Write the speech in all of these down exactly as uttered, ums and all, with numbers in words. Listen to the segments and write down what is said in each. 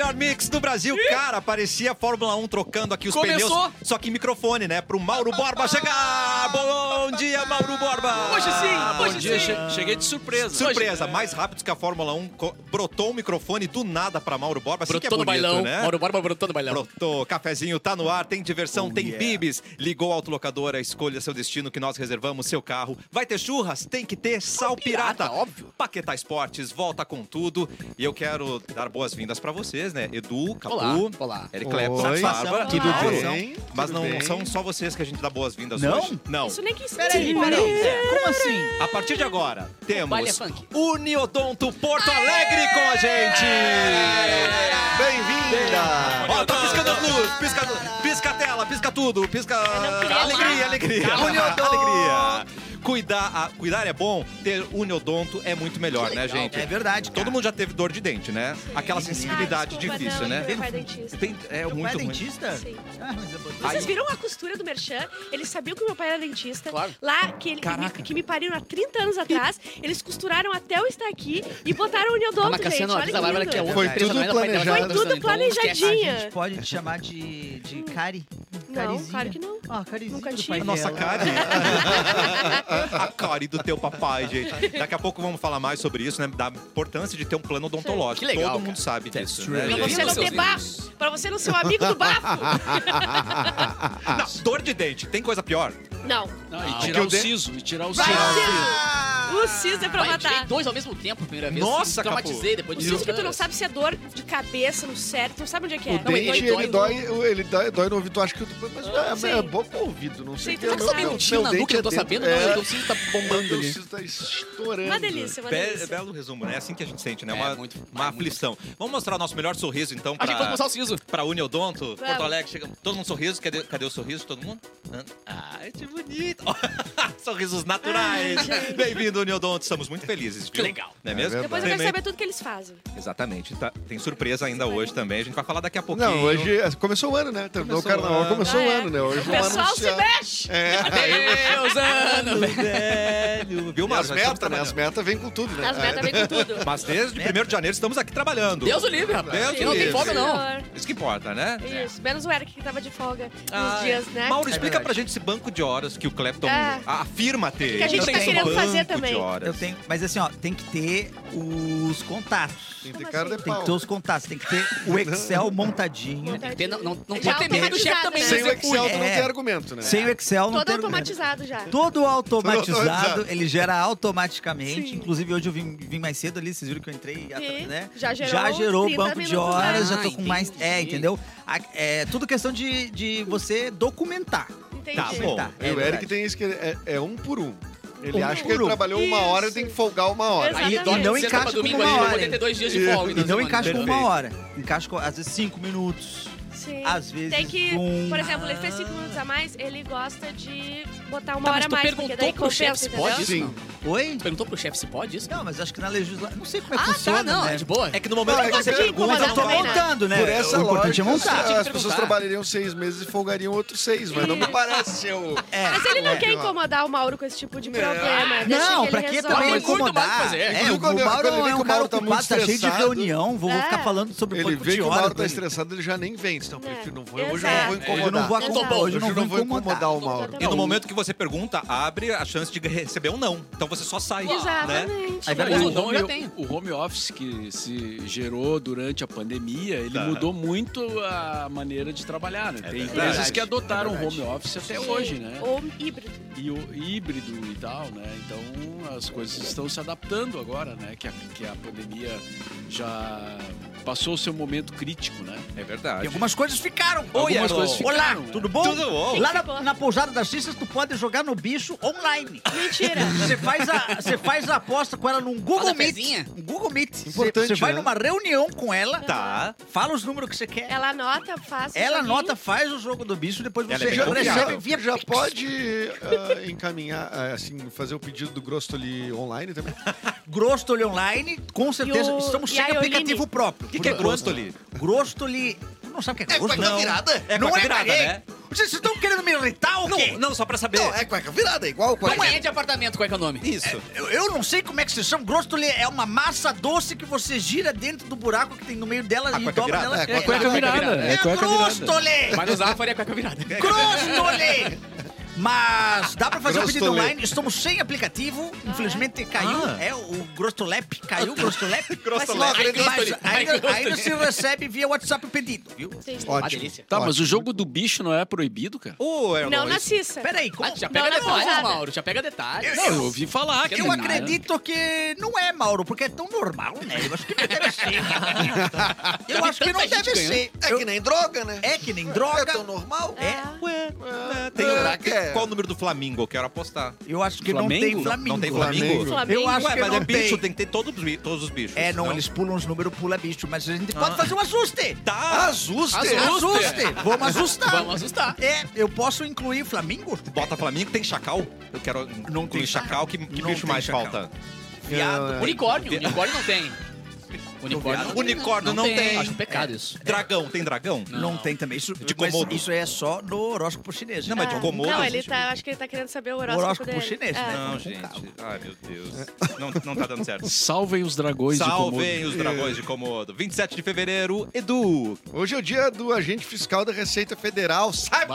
melhor mix do Brasil. Cara, parecia a Fórmula um trocando aqui os Começou. pneus. Só que microfone, né? Pro Mauro Borba chegar. Bom dia, Mauro Borba. Hoje sim, Bom hoje dia, sim. che- cheguei de surpresa. Surpresa, Hoje, mais rápido que a Fórmula um. co- Brotou o microfone do nada pra Mauro Borba. Assim que é Brotou no bonito, bailão. né? Mauro Borba brotou no bailão. Brotou, cafezinho tá no ar, tem diversão, Oh, tem yeah. bibis. Ligou a autolocadora, escolha seu destino que nós reservamos seu carro. Vai ter churras? Tem que ter sal pirata. pirata, óbvio. Paquetá Esportes, volta com tudo. E eu quero dar boas-vindas pra vocês, né? Edu, Capu, Olá, olá. Eric Clapton, Oi, Bárbara, tudo Mauro. bem? Mas Tudo não bem? são só vocês que a gente dá boas-vindas Não? hoje. Não. Isso nem quis Peraí, dizer. peraí. Como assim? A partir de agora, baile é temos funk. Uniodonto Porto Alegre com a gente! Bem-vinda! Ó, tá piscando as luzes, pisca, pisca a tela, pisca tudo, pisca... não queria Alegria, lá. alegria. Uniodonto! Alegria. Cuidar, a- cuidar é bom, ter Uniodonto é muito melhor, né, gente? É verdade, Todo mundo já teve dor de dente, né? Aquela sensibilidade Ah, desculpa, difícil, não, né? meu pai é dentista. Tem- é Meu muito pai é ruim. dentista? Sim. Ah, mas eu botei. Vocês Aí- viram a costura do Merchan? Eles sabiam que o meu pai era dentista. Claro. Lá, que, ele, que, me, Caraca. que me pariram há trinta anos atrás. Eles costuraram até eu estar aqui e botaram o Uniodonto, Calma, gente. Cassiano, Olha avisa a que Bárbara lindo. que é outra Foi empresa, tudo não é da pai dela, planejado. tá Foi tudo então esquece. A planejadinho. gente pode te chamar de, de Cari? Não, Carizinha. claro que não. Ah, Carizinha Nunca do tive. pai A nossa dela. Cari. A Cari do teu papai, gente. Daqui a pouco vamos falar mais sobre isso, né? Da importância de ter um plano odontológico. Que legal, Todo mundo cara. sabe disso, true. né? Pra Legal. você não Seus ter bafo. Pra você não ser o amigo do bafo. Não, dor de dente, tem coisa pior? Não. Não, e Ah, tirar o o de- siso, e tirar o Vai siso. ser. O siso é pra Pai, eu tirei matar. dois ao mesmo tempo, a primeira vez. Nossa, Me traumatizei depois O de siso dois que tu não anos. sabe se é dor de cabeça, no cérebro. Tu não sabe onde é que é. O Não, ele dente, dói, ele dói, ele dói, dói no ouvido, tu acha que... Mas é, Sim. é bom pro ouvido, não sei Sim, que tu é já meu- sabe. Tem meu- um tio meu na dente nuca, eu não tô é dentro. sabendo, É, não. O siso tá bombando meu ali. siso tá estourando. Uma delícia, uma Be- delícia. belo resumo, né? É assim que a gente sente, né? É, Uma, muito- uma muito. aflição. Vamos mostrar o nosso melhor sorriso, então, A gente pode pra, mostrar o siso. pra Uniodonto. Porto Vamos. Alegre, chega... Todo mundo sorriso? Cadê, cadê o sorriso de todo mundo? Ai, que bonito. Sorrisos naturais. Ai, gente. Bem-vindo, Uniodonto. Estamos muito felizes, viu? Que legal. Não é É mesmo? verdade. Depois eu quero Também- saber tudo que eles fazem. Exatamente. Tá- tem surpresa ainda hoje também. A gente vai falar daqui a pouquinho. Não, hoje é- começou o ano, né? Terminou Começou o carnaval, o ano. começou Ah, o é. ano, né? Hoje O vamos pessoal se anunciar. mexe. É. Deus, ano, velho. velho. Viu, E Mário? as Já estamos metas, né? As trabalhando. metas vêm com tudo, né? As metas vêm com tudo. Mas desde primeiro de janeiro estamos aqui trabalhando. Deus o livre, rapaz. Deus Aqui o não tem livre. folga, não. Senhor. Isso que importa, né? Isso, menos o Eric que tava de folga Ah, nos dias, né? Mauro, É explica verdade. pra gente esse banco de horas que o Clapton É. afirma ter. Que a gente Ele tá tem querendo banco fazer de também. horas. Eu tenho, mas assim, ó, tem que ter os contatos. Tem que ter Como cara assim? de Tem que pau. ter os contatos, tem que ter o Excel montadinho. Tem que ter- Não, não, não Já pode ter medo do chefe automatizado, também. né? Sem o Você Excel, fui. tu não É. tem argumento, né? Sem o Excel não Todo tem automatizado já. Todo automatizado, automatizado. ele gera automaticamente. Sim. Inclusive, hoje eu vim, vim mais cedo ali, vocês viram que eu entrei, E né? já gerou já gerou o trinta banco de minutos horas, mais. já tô Ah, com mais. É, entendi. entendeu? A- É tudo questão de, de você documentar. Entendi. Tá bom. Tá, E é o Eric verdade. tem isso que ele- é, é um por um. Ele Um acha por que ele um. trabalhou uma hora, ele tem que folgar uma hora. Exatamente. Aí dorme Não de sexta encaixa pra domingo, com a uma gente vai hora, poder ter dois dias de E- folga. E não semana. encaixa com Perfeito. uma hora. Encaixa com, às vezes, cinco minutos. Sim. Às vezes Tem que, um- por exemplo, ele fez cinco minutos a mais, ele gosta de botar uma Tá, mas hora a tu mais, perguntou porque daí pro chefe compensa, se pode entendeu? isso? Sim. Oi? Perguntou pro chefe se pode isso? Não, mas acho que na legislação. Não sei como é que Ah, funciona. tá, não, né? é de boa. É que no momento Não, que é que você eu pergunta, incomodar Mas eu tô também, né? montando, né? Por essa o importante é lógica, montar. as perguntar. pessoas trabalhariam seis meses e folgariam outros seis, mas não me parece ser o... É. Mas ele não É. quer incomodar o Mauro com esse tipo de Não. problema. deixa Não, que pra ele que resolve. também Mas muito mais incomodar? fazer. É, Inclusive, o quando eu- Mauro quando ele vê é que um o cara Mauro tá muito ocupado, tá cheio de estressado, reunião, vou, vou É. ficar falando sobre Ele banco vê de que o horas Mauro tá com ele. estressado, ele já nem vem. Então, É. prefiro, não vou, hoje eu Exato. não vou Hoje eu incomodar. não vou Exato. acomodar, hoje eu não vou incomodar. o Mauro. E no momento que você pergunta, abre a chance de receber um não. Então você só sai, né? Exatamente. É Não, verdade. o, Não, home, já tem. o home office que se gerou durante a pandemia, ele Tá. mudou muito a maneira de trabalhar, né? Tem verdade. empresas que adotaram É o verdade. home office até Sim. hoje, né? Ou híbrido. E o híbrido e tal, né? Então as coisas estão se adaptando agora, né? Que a, que a pandemia já passou o seu momento crítico, né? É E verdade. algumas coisas ficaram. Oi, Algumas Erlon. coisas ficaram. Olá, né? tudo bom? Tudo bom. Lá Ficou. na, na pousada das Cistas, tu pode jogar no bicho online. Mentira. Você faz a, você faz a aposta com ela num Google Faz a Meet. fezinha. Um Google Meet. Você- Importante, Você vai né? numa reunião com ela, Tá. fala os números que você quer. Ela anota, faz o Ela joguinho. anota, faz o jogo do bicho, depois Ela você é bem Já, confiável. recebe via já Pix. pode ah, encaminhar, ah, assim, fazer o pedido do Grostoli online também? Grostoli Online, com certeza. E o- Estamos e sem a Ioline? aplicativo próprio. O que, que é Grostoli? Grostoli... Tu não sabe o que é É com a Grostoli? virada? É com Não a é virada, pra quê? né? Vocês estão querendo me irritar ou o quê? Não, não, só pra saber. Não, é cueca virada, é igual cueca. Não é de apartamento, qual é que é o nome? Isso. Eu, eu não sei como é que se chama. Grostoli é uma massa doce que você gira dentro do buraco que tem no meio dela A e cueca dobra virada? nela. É cueca virada. É É cueca virada. Grostoli! Mas no Zafari faria cueca virada. Grostoli! Mas dá pra fazer o pedido Grostoli. online. Estamos sem aplicativo. Infelizmente caiu. Ah. É o Grostolep. Caiu o Grostolep. Grostolep. Mas, Ai, Grostoli. mas ainda, Ai, Grostoli. ainda se recebe via WhatsApp o pedido, viu? Entendi. Uma Ótimo. delícia. Tá, mas o jogo do bicho não é proibido, cara? Ô, Erlon, Não na isso- Cissa. Peraí, como... Ah, já Não, pega na detalhes, pousada. Mauro. Já pega detalhes. Não, eu ouvi falar que Eu não, acredito que não é, Mauro, porque é tão normal, né? Eu acho que não deve ser. Eu acho que não tanta gente deve ganhando. ser. É Eu- que nem droga, né? É que nem É droga. tão normal. É. Ué, é, tem, Será que é? Qual o número do Flamengo? Eu quero apostar. Eu acho que Flamengo? não tem Não- Flamengo. Não tem Flamengo. Flamengo? Flamengo. Eu acho Ué, que mas não é bicho, tem. tem que ter todos, os bi- todos os bichos. É, não, eles pulam os números, pula bicho, mas a gente pode Ah. fazer um ajuste. Tá, Ajuste. Ajuste. Ajuste. Vamos ajustar. Vamos assustar. É, eu posso incluir Flamengo? bota Flamengo, tem chacal? Eu quero Não incluir tem chacal. Que, que Não bicho tem mais chacal. falta? Viado. Unicórnio. Unicórnio não tem. Unicórnio não, Unicórnio não tem. Acho um pecado isso. Dragão, tem dragão? Não tem também. Isso, De mas Komodo. isso é só no horóscopo chinês. Não, mas de Ah, Komodo Não, ele existe. tá, acho que ele tá querendo saber o O horóscopo, horóscopo dele. chinês, É. né? Não, Com gente. calma. Ai, meu Deus. Não, não tá dando certo. Salvem os dragões Salvem de os dragões de Komodo. vinte e sete de fevereiro, Edu. Hoje é o dia do agente fiscal da Receita Federal. Sai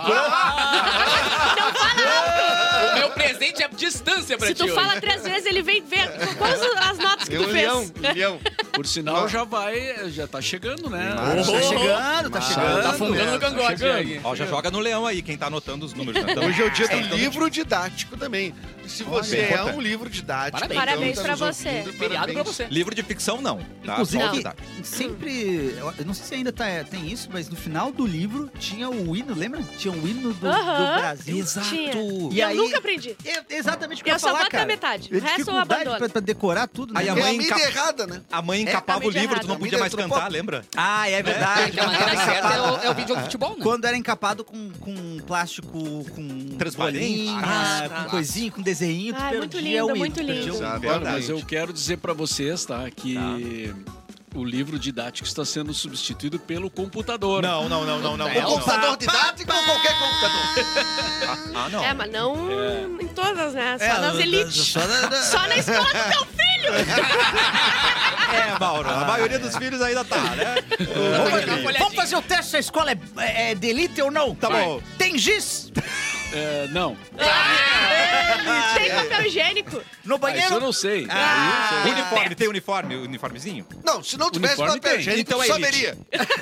O meu presente é distância pra Se ti tu hoje. fala três vezes, ele vem ver quais as notas que É um tu leão, fez. um leão. Por sinal, já vai, já tá chegando, né? Março. Tá chegando, tá chegando. Tá fungando no cangote. chegando. aí. Ó, já joga no leão aí, quem tá anotando os números. Né? Então, Hoje é o dia do então, livro didático também. E se você Olha, é importante. um livro didático... Parabéns. Parabéns tá pra nos você. ouvindo, Feriado pra parabéns. você. Livro de ficção, não. Tá? Inclusive, Só que didático. sempre. Eu eu não sei se ainda tá, tem isso, mas no final do livro tinha o hino, lembra? Tinha o hino do, Aham. do Brasil. Tinha. E E eu aí, nunca aprendi. é exatamente o que Eu ia só falar, vou até a cara. metade. É O resto eu dificuldade abandono. pra, pra decorar tudo, né? Aí a É a mãe mídia encapa- errada, né? A mãe É, encapava tá o livro, errado. tu não A podia mídia mais trocou. cantar, lembra? Ah, é verdade. Que a maneira certa é o, é o vídeo de futebol, né? Quando era encapado com, com plástico, com Transparente? bolinha, Ah, com tá. coisinho, com desenho, tu Ai, muito perdia lindo, o hino, muito tu perdia lindo. o hino. Exato. Olha, Verdade. mas eu quero dizer pra vocês, tá, que o livro didático está sendo substituído pelo computador. Não, não, não, não, não. É, não, Um não. computador didático ou qualquer computador? Ah, ah, não. É, mas não em todas, né? Só É, nas da- elites. Só, da- da- Só na escola do teu filho. É, Mauro, a maioria dos filhos ainda tá, né? Vamos, Vamos dar uma olhadinha. vamos fazer o teste se a escola é, é de elite ou não? Tá bom. Tem giz É, não. Tem papel higiênico. no Ah, banheiro? isso eu não sei. Ah, Uniforme, tem uniforme, uniformezinho? Não, se não tivesse Uniforme papel tem. higiênico, Então tu é elite. saberia.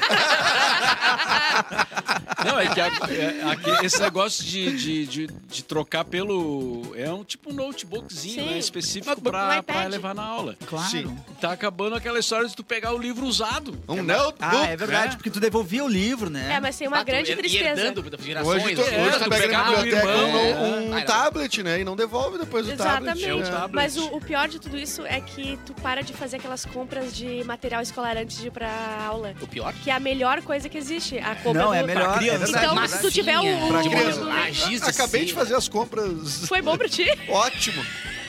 Não, é que, a- é- aqui- esse negócio de, de, de, de trocar pelo... É um tipo um notebookzinho, Sim. né? Específico Notebook pra, no pra iPad. levar na aula. Claro. Sim. Tá acabando aquela história de tu pegar o livro usado. Um notebook. Ah, é verdade, né? porque tu devolvia o livro, né? É, mas tem uma Ah, tu grande her- tristeza. herdando gerações. Hoje tu, né? hoje É, tu tu pega na pegava o biblioteca irmão, um, um né? tablet, né? E não devolve depois do tablet. Exatamente. É o tablet. Mas o, o pior de tudo isso é que tu para de fazer aquelas compras de material escolar antes de ir pra aula. O pior? Que é a melhor coisa que existe. A compra Não, do... é melhor. criança. É verdade, Então, é se tu verdade. tiver o... Pra o- criança. o- Ah, giz de Acabei de cera. fazer as compras. Foi bom pra ti? Ótimo.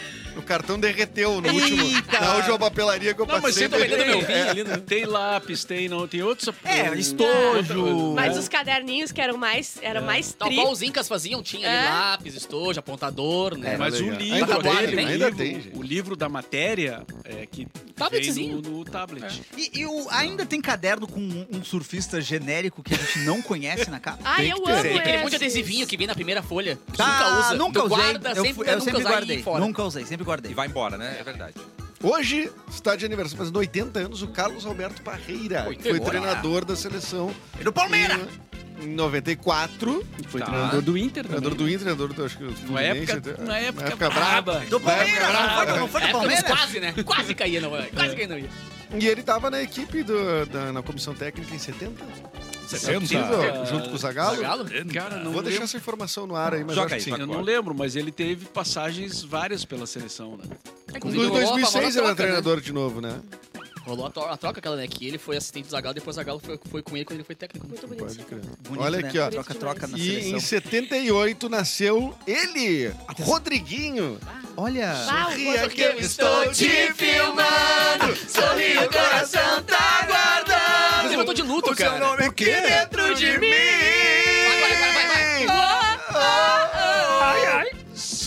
O cartão derreteu no último, na última papelaria que eu Não, mas passei. você tá vendendo meu É, vinho ali, né? Tem lápis, tem, não, tem outros... É, um- estojo. Mas É. os caderninhos que eram mais, eram mais Tal tri... qual os incas faziam, tinha ali É. lápis, estojo, apontador, né? É, mas o legal. livro, Ainda tem, aquele ainda livro, tem, gente. o livro da matéria é que Tabletzinho. vem no, no tablet. E, e o- ainda tem caderno com um, um surfista genérico que a gente não conhece na capa? Ai, Tem eu que ter. amo Tem aquele monte de esses. adesivinho que vem na primeira folha. Que Ah, nunca usa. nunca Tu usei. guarda, eu sempre, fui- eu nunca sempre usar guardei. e fora. Nunca usei, sempre guardei. E vai embora, né? É verdade. Hoje está de aniversário, fazendo oitenta anos, o Carlos Alberto Parreira, que foi oitenta. treinador da seleção E do Palmeiras! em, em noventa e quatro. Foi Tá. treinador do Inter Treinador também. do Inter, treinador do, acho que, do Na Fluminense, época, até- na época, época braba. Do Palmeiras! Vai, vai, Não foi, vai. não foi do Época dos Palmeiras? quase, né? Quase caía, não. Quase caía, não ia. E ele estava na equipe do, da, na comissão técnica em setenta. setenta? Possível, junto com o Zagallo. Zagallo? Cara, não Vou deixar lembro. essa informação no ar aí, mas Joga acho aí, que sim. vai. Eu não lembro, mas ele teve passagens várias pela seleção, né? É, Em inclusive, rolou a dois mil e seis famosa ele era troca, né? treinador de novo, né? Rolou a, to- a troca aquela, né? Que ele foi assistente do Zagallo, depois o Zagallo foi, foi com ele quando ele foi técnico. Muito bonito. Pode crer. Bonito, Olha né? aqui, ó. Troca-troca na E em seleção. setenta e oito nasceu ele, Rodriguinho. Olha... Uau, Ria que eu estou te filmando, sorri, o coração tá guardando. Inclusive, eu tô de luto, cara. nome aqui dentro de mim! Vai, vai, vai, vai, vai.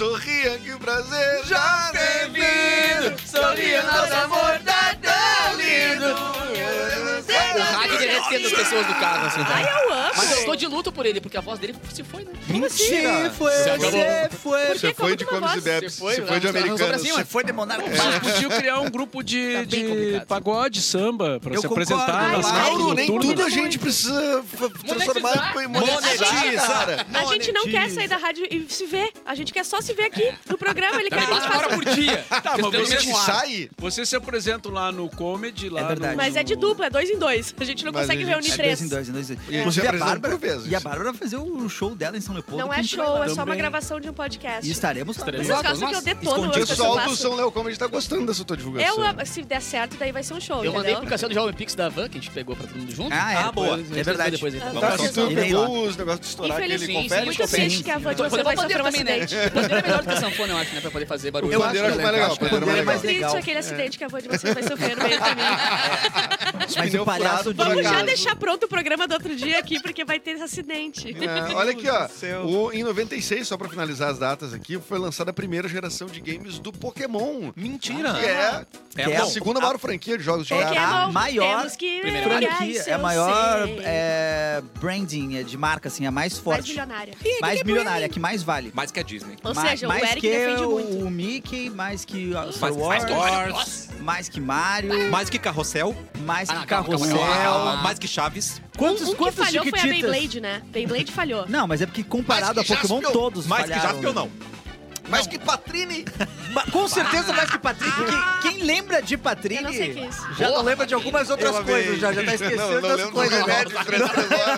sorria que o prazer já tem vindo. Sorria, nosso amor tá tão lindo. O rádio derretendo as pessoas do carro, assim. Ai, eu amo. Mas eu tô de luto por ele, porque a voz dele se foi, né? Mentira! foi, Você você foi. Por Você que? foi Como de que uma comes e voz? bebes. Você foi, Você foi de arrasou pra americanos. cima. Você foi de monarca. Vocês podiam criar um grupo de, Tá bem de complicado. pagode, samba, pra Eu se concordo. apresentar Ai, nas ai, rádios Mauro, nem noturnas. tudo a gente precisa f- transformar em monetizar, cara. A gente não quer sair da rádio e se ver. A gente quer só se ver aqui no programa. Ele quer que a gente Basta uma hora faça... por dia. Tá, Vocês mas têm o você mesmo ar. sai? Vocês se apresentam lá no Comedy, lá É verdade. no... Mas é de dupla, é dois em dois. A gente não Mas consegue a gente- reunir É três. dois em dois, em dois em dois. E Inclusive, você a apresenta Bárbara, por vezes. e a Bárbara vai fazer o show dela em São Leopoldo. Não que a é gente vai show, lá. é só uma Também. gravação de um podcast. E estaremos lá. Estaremos Vocês lá. gostam que eu detono Escondido. as O coisas que eu pessoal do faço? São Léo Comedy tá gostando dessa tua divulgação. Eu, se der certo, daí vai ser um show, Eu mandei entendeu? pro Cassiano Jovem Pix da van, que a gente pegou pra todo mundo junto. Ah, é. Ah, boa. Depois- É verdade. Depois, então. Ah, Tá, Vocês se tu vão- Irei lá. pegou os negócios de estourar aquele Infelizmente, sim, confete, sim, Muito sim. triste que a van de Tô você fazendo vai bandeira sofrer um também, né? acidente. Bandeira é melhor do que a sanfona, eu acho, né? Pra poder fazer barulho. O bandeira acho acho mais legal. acho que o bandeira bandeira é mais mais Triste legal. aquele acidente que a van de vocês vai sofrer no meio do caminho. Mas o pneu palhaço furado, de... por Vamos já acaso. deixar pronto o programa do outro dia aqui, porque vai ter esse acidente. É, olha aqui, ó. Céu. O, em noventa e seis, só pra finalizar as datas aqui, foi lançada a primeira geração de games do Pokémon. Mentira! Que é, É Que a bom. segunda maior franquia de jogos de É carta. que é a Pokémon, maior temos que primeira olhar franquia, isso, é a eu maior sei. é, branding é, de marca, assim, a mais Mais forte. milionária. Mais milionária, a que mais vale. Mais que a Disney. Ou Ma- seja, o mais Eric que defende muito. o Mickey, mais que a Star Mais que Wars, Star Wars. mais que Mario, Mais que Carrossel. mais Ah, que não, calma, Carrossel. calma, Mais que Chaves. Quantos, um que quantos falhou foi a Chiquititas? Beyblade, né? Beyblade falhou. Não, mas é porque comparado Mais que a Pokémon, Jaspion. todos Mais que falharam. Jaspion, não. Mais que Patrine. Ma- Com certeza mais que Patrick, porque quem lembra de Patrick Eu não sei o que é isso. já não lembra de algumas outras Eu amei. coisas, já, já tá esquecendo Não, não das lembro coisas. do remédio de três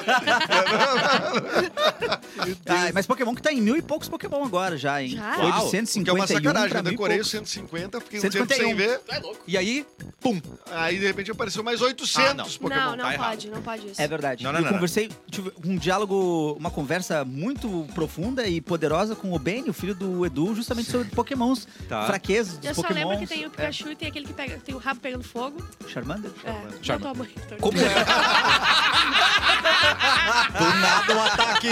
Ah, mas Pokémon que tá em mil e poucos Pokémon agora já, hein? Já? Foi Uau, de cento e Que é uma cinquenta e um sacanagem. pra Eu mil e decorei poucos. os cento e cinquenta, fiquei um cento e tempo cinquenta e sem um. ver. Tu é louco. E aí, pum. Aí, de repente, apareceu mais oitocentos Pokémon. Não, não tá errado. pode, não pode isso. É verdade. Não, não, eu não, não. conversei, tive um diálogo, uma conversa muito profunda e poderosa com o Benny, o filho do Edu, justamente sobre Pokémons, Tá. fraquezas dos Eu só Pokémons. lembro que tem o Pikachu e tem aquele que pega, tem o rabo pegando fogo. É. Charmander? É, Charmander. não tua mãe. Tô Como é? Do nada um ataque.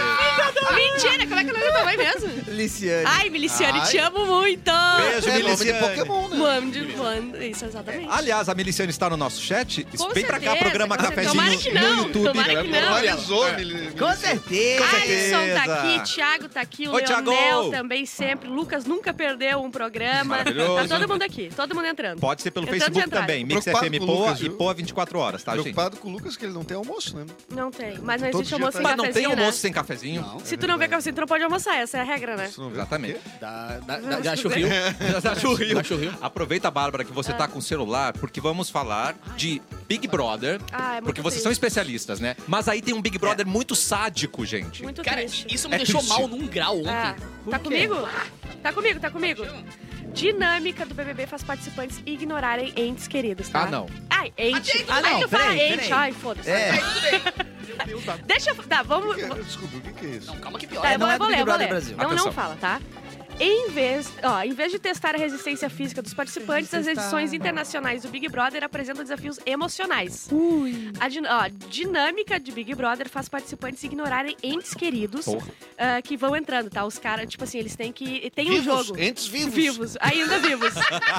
Mentira, como é que é o nome da tua mãe mesmo? Liciane. Ai, Miliciane, Ai. te amo muito. Beijo, É nome de Miliciane. Pokémon, né? Mano, de mano. Isso, exatamente. Aliás, a Miliciane está no nosso chat. Com Vem pra cá, certeza, programa com certeza. Cafezinho Tomara que não, no YouTube. tomara que não. Normalizou, Mili- Com certeza. Alisson tá certeza. aqui, Thiago tá aqui, o Oi, Leonel Thiago. também sempre. Lucas nunca perdeu um programa. Maravilhoso. Tá todo mundo aqui, todo mundo entrando. Pode ser pelo Entrando Facebook de entrada. também. Mix Preocupado F M com o Poa Lucas, e viu? Poa vinte e quatro horas, tá, gente? Preocupado com o Lucas, que ele não tem almoço, né? Não tem, mas não Todo existe dia almoço tá- sem Mas não tem cafezinho, almoço né? sem cafezinho? Não. Se tu não vê cafezinho, tu não pode almoçar, essa é a regra, né? Isso não vê. Exatamente. Dá, dá, dá, dá churril. Dá churril. Dá churril. Aproveita, Bárbara, que você tá com o celular, porque vamos falar de Big Brother. Ah, é muito Porque vocês triste. são especialistas, né? Mas aí tem um Big Brother muito sádico, gente. Muito Cara, triste. isso me É deixou triste. mal num grau ontem. Ah, Por tá quê? comigo? Tá comigo, tá comigo. Dinâmica do B B B faz participantes ignorarem entes queridos, tá? Ah, não. Ai, ente. Ah, não, Ai, tu fala peraí, ente. peraí. Ai, foda-se. É, Deixa eu... Tá, vamos... Que- Desculpa, o que que é isso? Não, calma que pior. Tá, É, eu não vou, é eu vou do ler, Big eu vou Brother ler. Brasil. Não, Atenção. não fala, tá? Em vez, ó, em vez de testar a resistência física dos participantes, as edições internacionais do Big Brother apresentam desafios emocionais. A din- ó, dinâmica de Big Brother faz participantes ignorarem entes queridos Porra. ah, que vão entrando, tá? Os caras, tipo assim, eles têm que... Tem um Vivos, jogo. entes vivos. Vivos, ainda vivos.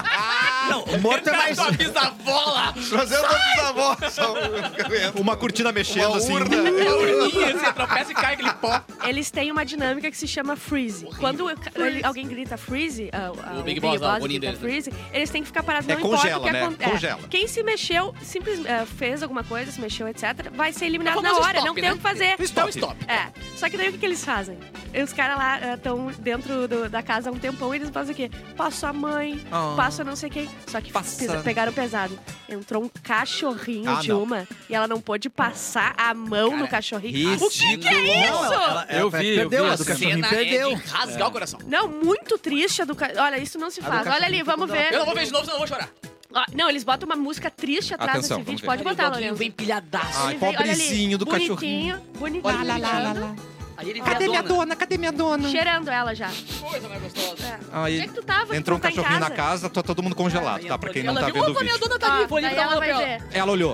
não, o morto é mais... Tua bisavola! Trazendo a avó. Só- Uma cortina mexendo Uma assim. urna. É urninha, você tropeça e cai aquele pó. Eles têm uma dinâmica que se chama freeze. Quando ele- alguém grita freeze, ah, ah, O Big Boss lá, o boninho grita deles, freeze, eles têm que ficar parados. É, Não importa congela, o que né? acontece. Congela. Quem se mexeu, simples, ah, fez alguma coisa, se mexeu, etcétera, vai ser eliminado É o na famoso hora. stop, não tem né? o que fazer. Então stop. É. Só que daí o que, que eles fazem? Os caras lá estão dentro do- da casa há um tempão e eles fazem o quê? Passa a mãe, Ah. passa não sei quem. Só que Passa. pesa- pegaram pesado. Entrou um cachorrinho Ah, de não. uma e ela não pôde passar a mão Cara, no cachorrinho. O que, que ridículo. é isso? Não, ela, ela Eu vi, eu perdeu, vi a essa do cachorrinho Cena perdeu. é de rasgar o coração. Não, muito triste a do ca... Olha, isso não se A do faz. Olha cachorrinho ali, vamos ficou ver. Eu não vou ver de novo, senão eu vou chorar. Ó, não, eles botam uma música triste atrás Atenção, desse vamos vídeo. ver. Pode botar, Lorenzo. vem pilhadaço. Ai, Ele vem- olha ali, pobrezinho do bonitinho, cachorrinho. Bonitinho, Olha lá, lá, lá, cheirando, Aí ele vê Cadê a minha dona. dona? Cadê minha dona? cheirando ela já. Coisa mais gostosa. É. Aí, Onde é que tu tava? entrou um Tu tá em cachorrinho na casa? casa, tá todo mundo congelado, tá? Pra quem não ela tá viu, vendo o opa, minha vídeo. dona tá ali, Ó, vou ali daí dar ela uma vai pra ela. ver. Ela olhou.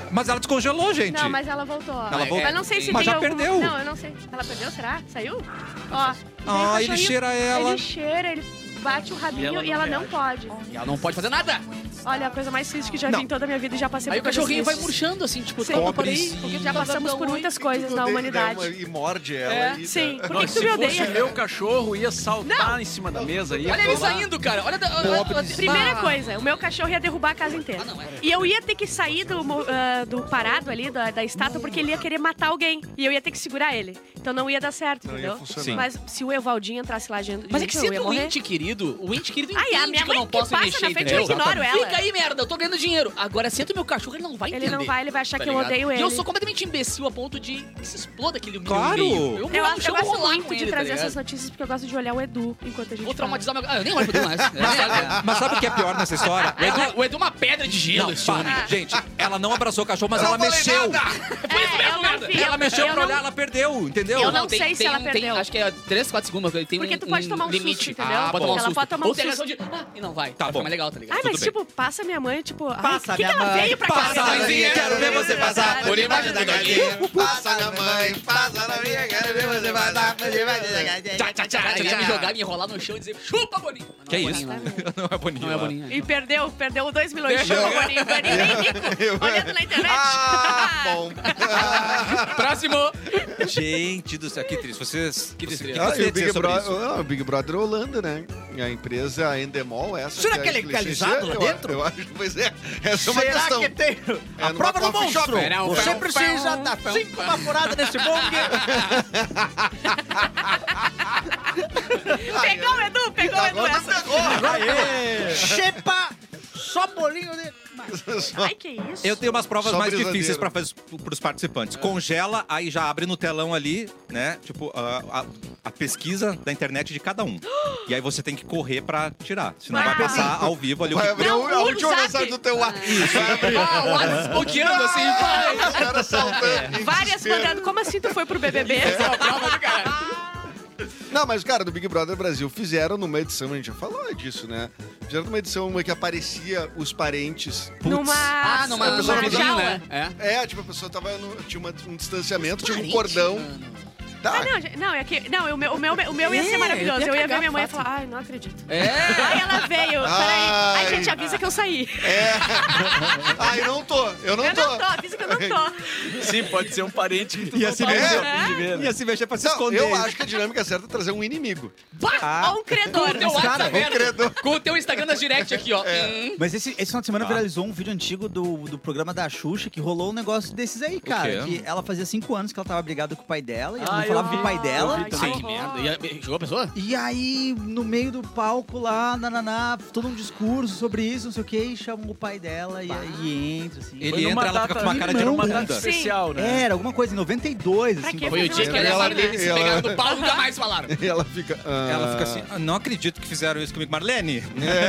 Mas ela descongelou, gente. Não, mas ela voltou. ó. Ela voltou. Mas não sei se Mas tem já alguma... perdeu. Não, eu não sei. Ela perdeu, será? Saiu? Ó. Ah, ele cheira ela. Ele cheira, ele bate o rabinho e ela não, pode. E ela não pode fazer nada. Olha, a coisa mais triste que já Não. vi em toda a minha vida e já passei Aí o por coisas cachorrinho vai tristes. murchando, assim, tipo, Sim. toma, Pobrezinho. por aí. Já passamos por muitas coisas na Tu humanidade. odeia, né, E morde ela. É, e- Sim, por Não, que, que tu se me fosse odeia? meu cachorro, ia saltar em cima da mesa. Ia Olha ele pular. saindo, cara. Olha... da- Primeira Ah. coisa, o meu cachorro ia derrubar a casa inteira. Ah, não, é. E eu ia ter que sair do, mo- ah, do parado ali, da, da estátua, porque ele ia querer matar alguém. E eu ia ter que segurar ele. Então não ia dar certo, Não ia entendeu? funcionar. Sim. Mas se o Evaldinho entrasse lá junto, Mas é que junto, eu sempre ia o morrer. ente querido, o ente querido Ai, entende a minha que eu mãe não que posso passa mexer, na frente, entendeu? eu ignoro ela. Fica aí, merda, eu tô ganhando dinheiro. Agora, senta o meu cachorro, ele não vai entender. Ele não vai, ele vai achar Tá que eu ligado? odeio ele. E eu sou completamente imbecil a ponto de que se exploda aquele meu Claro. meio. Eu, Eu, vou lá no eu chão gosto rolar muito com de ele, tá trazer ligado? essas notícias porque eu gosto de olhar o Edu enquanto a gente Vou fala. traumatizar meu... Ah, eu nem olho pro Edu mais. É, Mas sabe o que é pior nessa história? O Edu, o Edu é uma pedra de gelo, Não, esse para. homem. Gente, ela não abraçou o cachorro, mas Eu ela não falei mexeu. nada. É, eu não vi. Ela eu- mexeu eu pra não- olhar, ela perdeu, entendeu? Eu não tem- sei se tem- ela tem- perdeu. Acho que é três, quatro segundos, porque tem Porque um, tu pode tomar um limite. susto, entendeu? Ah, pode tomar um Ela susto. pode tomar um Ou tem a susto. reação de... Ah, e não vai. Tá vai bom. ficar mais legal, tá ligado? Ai, mas Tudo tipo, passa minha mãe, tipo... Ai, Passa o que, que minha ela mãe, veio pra passa cá? mãezinha, quero ver você passar por embaixo do doguinho. Passa na mãe, passa na minha, quero ver você passar. Tchá, tchá, tchá, Cara, eu ia tchá. me jogar, me enrolar no chão e dizer chupa, Boninho. Mas não Que é isso? Boninho, né? Não é Boninho. Não é lá. Boninho. E perdeu, perdeu dois milhões de chuva, Boninho. Boninho nem rico. Olhando na internet. Ah, bom. Próximo. Gente do céu, que triste. Vocês... Que você- tristeza. que Ah, você e tem o a dizer Big, sobre Brother, isso? não, o Big Brother Holanda, né? E a empresa, a Endemol, essa... Será é que ele é eletricista, legalizado lá eu- dentro? Eu acho, pois é. Essa é uma Será questão. que tem É a numa prova do coffee shop. monstro? Era um Você pão, precisa pão, dar pão, cinco pão. baforadas nesse bongue. Pegou o Edu, pegou o Edu Agora essa. pegou. Xepa, só bolinho de... Ai, que isso? Eu tenho umas provas Só mais brisadeiro. difíceis pra fazer pros participantes. Congela, aí já abre no telão ali, né? Tipo, a, a- a pesquisa da internet de cada um. E aí você tem que correr pra tirar. Senão vai Ah. passar ao vivo ali o Vai que... abrir Não, o- a o última zap. mensagem do teu WhatsApp. Vai abrir. Ah, o Alex bloqueando assim, vai. Os caras saltando. em Várias desespero. mandando. Como assim tu foi pro B B B? Essa é uma prova do cara. Não, mas, cara, do Big Brother Brasil fizeram numa edição, a gente já falou disso, né? Fizeram numa edição uma que aparecia os parentes. Numa. Ah, numa, a numa pessoa vidinho, jaula. né? É. É, tipo, a pessoa tava no, tinha uma- um distanciamento, tinha um Parente, cordão. mano. Tá. Ah, não, gente, não, é que, não o, meu, o, meu, o meu ia É, ser maravilhoso. eu ia Eu ia ver cagar minha mãe e fácil. falar, ai, não acredito. É. Aí ela veio, peraí. Ai, Ai. gente, avisa que eu saí. É. Ah, eu não tô, eu não Eu tô. não tô, avisa que eu não tô. Sim, pode ser um parente que tu Ia não se tá mexer. a fim de ver, né? Ia se mexer pra se Não, esconder. eu acho que a dinâmica certa é trazer um inimigo. Bah! Ou um credor. Com o teu Cara, WhatsApp um aberto. credor. Com o teu Instagram das direct aqui, ó. Hum. Mas esse, esse final de semana Tá. viralizou um vídeo antigo do, do programa da Xuxa que rolou um negócio desses aí, cara. quê? Que ela fazia cinco anos que ela tava brigada com o pai dela e ela Ah, não eu falava vi, com o pai dela. eu vi Ai, Ah, que merda. E a- Jogou a pessoa? E aí, no meio do palco lá, nananá, todo um discurso sobre isso, não sei o que, e chamam o pai dela e aí entra, assim. Ele Foi numa entra, ela fica data- com uma cara de Irmão, Uma bunda. data Sim. especial, né? Era alguma coisa em noventa e dois, Pra assim. quê? Foi o dia que ela e a Ela- Marlene se ela- pegaram no pau e nunca mais falaram. E ela fica. ah, Ela fica assim, "Ah, não acredito que fizeram isso comigo. Marlene,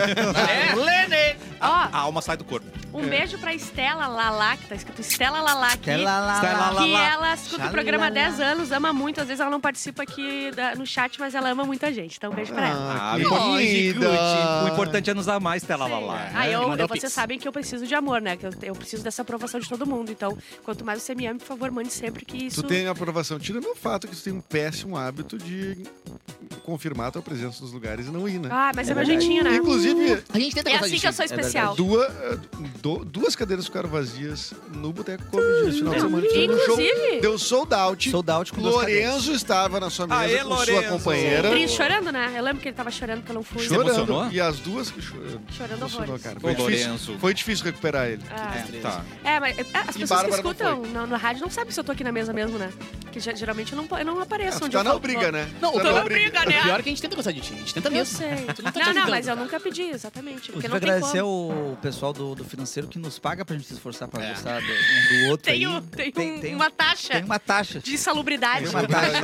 É. Lene! Ó, a alma sai do corpo. um beijo pra Estela Lalá, que tá escrito Estela Lalá aqui. Estela Lalá. Estela Lalá. Que ela escuta o Xalala. programa há dez anos, ama muito. Às vezes ela não participa aqui da- no chat, mas ela ama muita gente. Então, um beijo pra ela. Ah, Ah, que o linda. o importante é nos amar, Estela Sim. Lalá. Ah, eu, Mandou eu- pix. vocês sabem que eu preciso de amor, né? Que eu, eu preciso dessa aprovação de todo mundo. Então, quanto mais você me ama, por favor, mande sempre que isso... Tu tem aprovação, tirando o fato que tu tem um péssimo hábito de confirmar a tua presença nos lugares e não ir, né? Ah, mas é, É meu verdade. jeitinho, né? Inclusive, A gente tenta É gostar assim de que eu ti. sou especial. duas, eh, du- duas cadeiras ficaram vazias no Boteco Comedy nesse final de Não, semana. Tivemos um show, inclusive- deu sold out. Sold out com duas cadeiras. Lorenzo estava na sua mesa Aê, com sua Lorenzo. companheira. Cris chorando, né? Eu lembro que ele tava chorando que eu não fui. Você Chorando. emocionou? E as duas que chorando. Chorando Emocionou, horrores. cara. Ô, Foi difícil, Lorenzo. foi difícil recuperar ele. Ah. Tá. É, mas é, as pessoas que Bárbara não escutam na, na rádio não sabem se eu tô aqui na mesa mesmo, né? Porque ge- geralmente eu não, eu não apareço Tu onde tá eu na falo- briga, né? Não, Tu o tá teu na Tô na briga, né? O pior é que a gente tenta gostar de ti. A gente tenta Eu mesmo. sei. Tu não tá te Não, não, ajudando, mas eu tá? nunca pedi, exatamente. Porque Inclusive, não tem agradecer como. o pessoal do, do financeiro que nos paga pra gente se esforçar pra É. gostar do, um do outro. Tem, aí. o- tem, tem, um- tem, uma taxa tem uma taxa. de insalubridade. Tem uma taxa.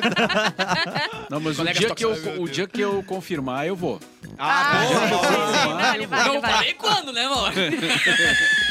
Não, mas o Colegas dia, que eu, tóxicos. o dia que eu confirmar, eu vou. Ah, boa, sim, boa. sim, sim. Não, ele vai, ele Não vai. falei quando, né, mano?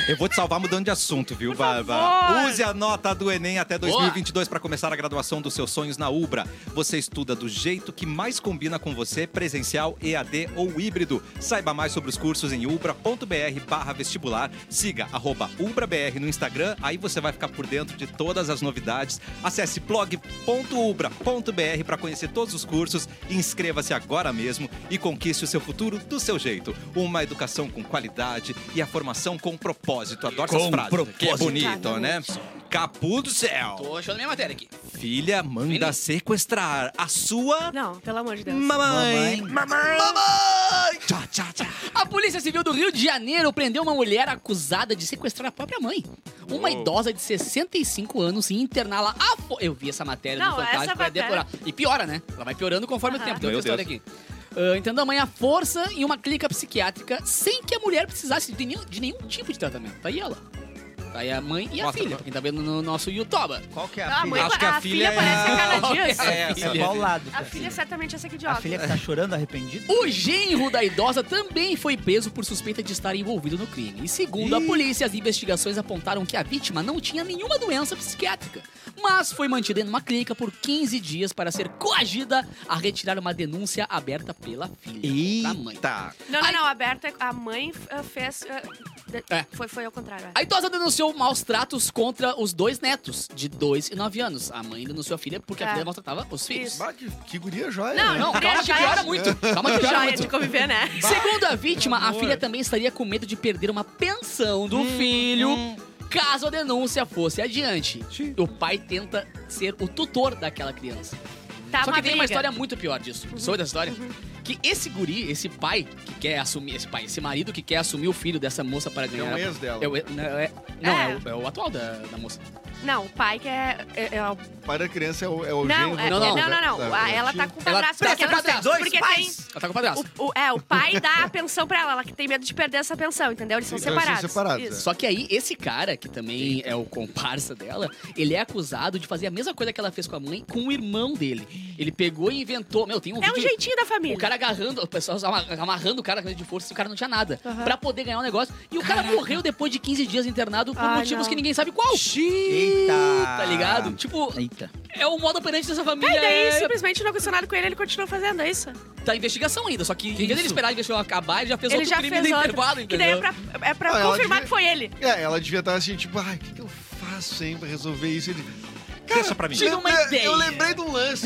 Eu vou te salvar mudando de assunto, viu, Por Bárbara? favor. Use a nota do Enem até dois mil e vinte e dois para começar a graduação dos seus sonhos na Ubra. Você estuda do jeito que mais combina com você, presencial, E A D ou híbrido. Saiba mais sobre os cursos em ubra.br barra vestibular. Siga arroba ubrabr no Instagram, aí você vai ficar por dentro de todas as novidades. Acesse blog ponto ubra ponto br para conhecer todos os cursos. Inscreva-se agora mesmo e conquiste o seu futuro do seu jeito. Uma educação com qualidade e a formação com propósito. Adoro essas Com frases. propósito. Que é bonito, né? Capu do céu. Tô achando minha matéria aqui. Filha manda sequestrar a sua Não, pelo amor de Deus. mamãe. Mamãe. Mamãe! Tchá, tchá, tchá. A Polícia Civil do Rio de Janeiro prendeu uma mulher acusada de sequestrar a própria mãe. Uma Uou. idosa de sessenta e cinco anos e interná-la a fo... Eu vi essa matéria Não, no Fantástico, essa vai matéria- deplorar. E piora, né? Ela vai piorando conforme o Aham. tempo. Tem outra Meu história aqui. Uh, entendeu a mãe à força em uma clínica psiquiátrica sem que a mulher precisasse de nenhum, de nenhum tipo de tratamento. Tá aí ela. Tá aí a mãe e a Mostra, filha. mostra. Quem tá vendo no nosso YouTube. Qual que é a Ah, a filha? mãe, Acho que a a filha filha é parece a- a Carla Dias. É, É, essa. qual lado? A filha é certamente essa aqui de A óculos. filha que tá chorando, arrependida? O genro da idosa também foi preso por suspeita de estar envolvido no crime. E segundo a polícia, as investigações apontaram que a vítima não tinha nenhuma doença psiquiátrica, mas foi mantida em uma clínica por quinze dias para ser coagida a retirar uma denúncia aberta pela filha. Da mãe. Eita. Não, não, Ai. não. A Berta, a mãe uh, fez... uh, de- É. Foi, foi ao contrário. é. A idosa denunciou maus tratos contra os dois netos, de dois e nove anos. A mãe denunciou a filha porque a É. filha maltratava os filhos. Isso. Bah, que, que guria joia, Não, né? Não, calma que Já é- piora muito. Calma que piora Já é muito. de conviver, né? Segundo a vítima, a amor. filha também estaria com medo de perder uma pensão do filho caso a denúncia fosse adiante. O pai tenta ser o tutor daquela criança. Tá Só uma que tem uma briga. história muito pior disso. Soube dessa história? Que esse guri, esse pai que quer assumir, esse pai, esse marido que quer assumir o filho dessa moça para É ganhar. um ex dela. É o, e- não, é, não, É. é o, é o atual da, da moça. Não, o pai que é... é- é o- O pai da criança é o, é o Não, genro. é- não, não. não, não, não. Da- A- da ela tia. tá com o Ela padrasto. tá porque com o ela- padrasto. Dois porque pais. tem... Ela tá com o padrasto. O, o- é, o pai dá a pensão pra ela. Ela que tem medo de perder essa pensão, entendeu? Eles são Então, eles são separados. separados, Isso. Só que aí, esse cara, que também é o comparsa dela, ele é acusado de fazer a mesma coisa que ela fez com a mãe com o irmão dele. Ele pegou e inventou. Meu, tem um É um vídeo. jeitinho da família. O cara agarrando, o pessoal ama- amarrando o cara com de força e o cara não tinha nada. Aham. Pra poder ganhar um negócio. E o cara morreu depois de quinze dias internado por Ai, motivos não. que ninguém sabe qual. Eita. Tá ligado? Tipo, Eita. é o modo operante dessa família. E daí, é- simplesmente não aconteceu nada com ele, ele continua fazendo, é isso? Tá em investigação ainda. Só que, em vez dele esperar a investigação acabar, ele já fez ele outro já crime fez no outro. intervalo, Que daí é entendeu? pra, é pra Ah, ela confirmar devia- que foi ele. É, ela devia estar assim, tipo, ai, o que, que eu faço, hein, pra resolver isso? Ele, Deixa pra mim. Tive uma "Lembra- ideia." Eu lembrei do lance.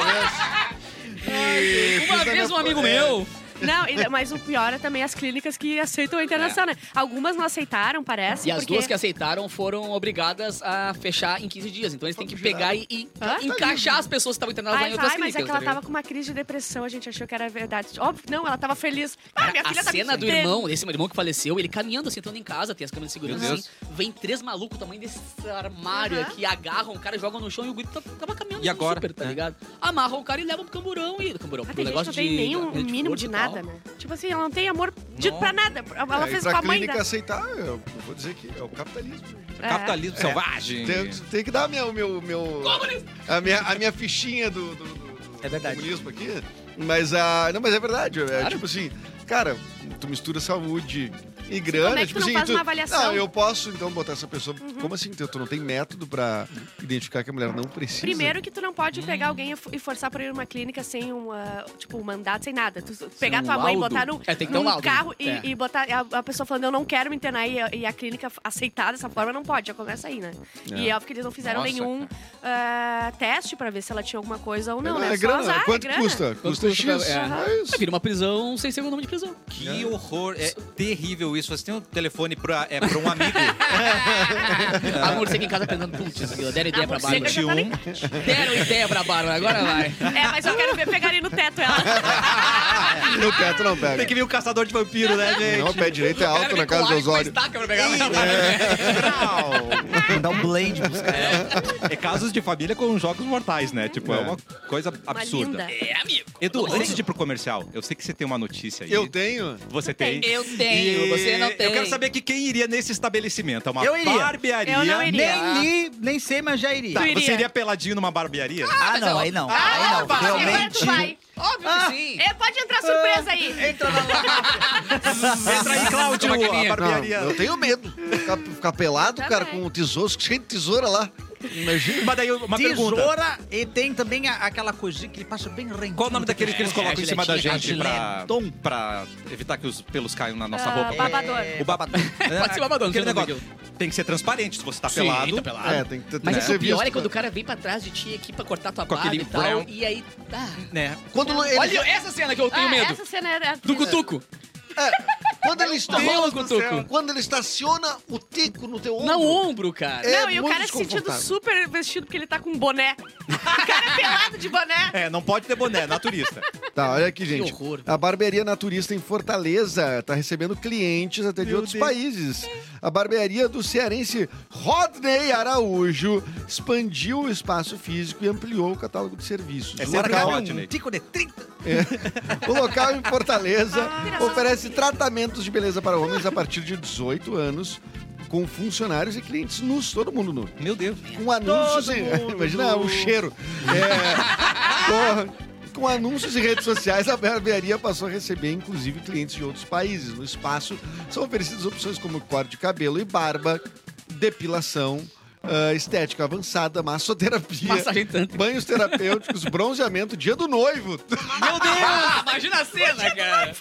E fiz Uma a vez minha- um amigo é, meu... Não, e- mas o pior é também as clínicas que aceitam a internação, né? Algumas não aceitaram, parece. E as porque... duas que aceitaram foram obrigadas a fechar em quinze dias. Então eles têm que pegar e, e Hã? encaixar as pessoas que estavam internadas lá Ai, em outras vai, mas é clínicas. que ela tá tava ligado? com uma crise de depressão, a gente achou que era verdade. Óbvio, não, ela tava feliz. Ah, minha a filha tá cena do bem. irmão, desse irmão que faleceu, ele caminhando assim, entrando em casa, tem as câmeras de segurança Meu assim, vem três malucos, tamanho desse armário Aham. aqui, agarram o cara, jogam no chão e o grito tava caminhando E no agora? super, tá É. ligado? Amarram o cara e levam pro camburão e... Camburão, Ah, pro tem gente que negócio não tem de... nem um de mínimo força de e tal. nada, né? Tipo assim, ela não tem amor de, Não. pra nada. Ela É, fez e pra com a mãe clínica da... aceitar, eu vou dizer que é o capitalismo. É. Capitalismo É. selvagem. Tem, tem que dar meu, meu, meu, a, minha, a minha fichinha do, do, do- do É verdade. comunismo aqui. Mas, a, não, mas é verdade. É Claro. tipo assim, cara, tu mistura saúde e grana. como é que tipo tu não assim, faz uma avaliação? Não, eu posso então botar essa pessoa. Como assim? Tu não tem método pra identificar que a mulher não precisa? Primeiro que tu não pode pegar alguém e f- e forçar pra ir numa clínica sem um, ah, tipo, um mandato, sem nada. Tu pegar um tua mãe e laudo. botar no, É, tem que ter um num laudo, né? carro e, É. e botar a, a pessoa falando, eu não quero me internar e, a- e a clínica aceitar dessa forma, não pode, já começa aí, né? E é óbvio que eles não fizeram Nossa, nenhum ah, teste pra ver se ela tinha alguma coisa ou não, Não, né? é Só grana. azar, Quanto é grana. custa? Quanto Custa custa pra- X. é. É isso. Vira uma prisão sem segundo nome de prisão. Que horror. É terrível isso. Você tem um telefone pra, é, pra um amigo. A morcega em casa pensando, putz, isso aqui, deram ideia A pra morcega Bárbara. já tá vinte e um. Deram ideia pra Bárbara, agora vai. É, mas eu quero ver pegar ali no teto ela. No teto não pega. Tem que vir um caçador de vampiro, né, gente? Não, o pé direito é alto na casa do Osório. Estaca pra pegar Mandar um blend pros caras. É casos de família com jogos mortais, né? Tipo, é, É. uma coisa absurda. linda. É, amigo. Edu, antes de ir pro comercial, eu sei que você tem uma notícia aí. Eu tenho. Você tem? Eu tenho, E você não tem. Eu quero saber que quem iria nesse estabelecimento. É uma Eu iria. barbearia. Eu não iria. Nem li, nem sei, mas já iria. Tá, Tu iria? você iria peladinho numa barbearia? Ah, não, aí não. Ah, aí não. vai, Realmente. vai. Óbvio que sim. É, pode entrar surpresa aí. Entra na máfia. Entra aí, Cláudio, Uma a maquininha. barbearia. Não, eu tenho medo. Ficar, ficar pelado, Eu cara, também. com um tesouro, cheio de tesoura lá. Imagina. Mas daí uma pergunta. Tesoura e tem também a- aquela coisinha que ele passa bem rentinho. Qual o nome daquele que eles É, colocam a em cima da giletinha, gente pra, giletom. pra evitar que os pelos caiam na nossa Ah, roupa? babador. O babador. Pode ser babador, Aquele não sei o negócio. Tem que ser transparente se você tá Sim, pelado. tá pelado. É, tem que ter Mas tem é que que o ser pior visto, é quando né? o cara vem pra trás de ti aqui pra cortar tua Com barba aquele e tal. brown. E aí. Ah. Né? Quando ele, Olha essa cena que eu tenho Ah, medo. essa cena era... Do cutuco. quando ele está, Rola o cutuco. quando ele estaciona o tico no teu ombro. No ombro, cara. É Não, e o muito cara se sentindo desconfortável. super vestido porque ele tá com boné. O cara é pelado de boné. É, não pode ter boné, naturista. Tá, olha aqui, gente. Que horror. A barbearia Naturista em Fortaleza tá recebendo clientes até de Meu outros Deus. países. A barbearia do cearense Rodney Araújo expandiu o espaço físico e ampliou o catálogo de serviços. É o, sempre local, Rodney. Um tico de trinta. o local em Fortaleza Ah, oferece tratamentos de beleza para homens a partir de dezoito anos, com funcionários e clientes nus, todo mundo nu. Meu Deus. Com anúncios Todo e... mundo Imagina nu. o cheiro. É, com, com anúncios e redes sociais, a barbearia passou a receber, inclusive, clientes de outros países. No espaço, são oferecidas opções como corte de cabelo e barba, depilação, ah, estética avançada, massoterapia, Massagem tântrica. banhos terapêuticos, bronzeamento, dia do noivo. Meu Deus! Imagina a cena, cara.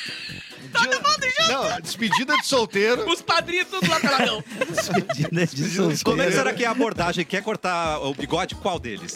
Todo mundo junto! Não, despedida de solteiro. Os padrinhos tudo lá peladão. Despedida de solteiro. Como é que será que é a abordagem? Quer cortar o bigode? Qual deles?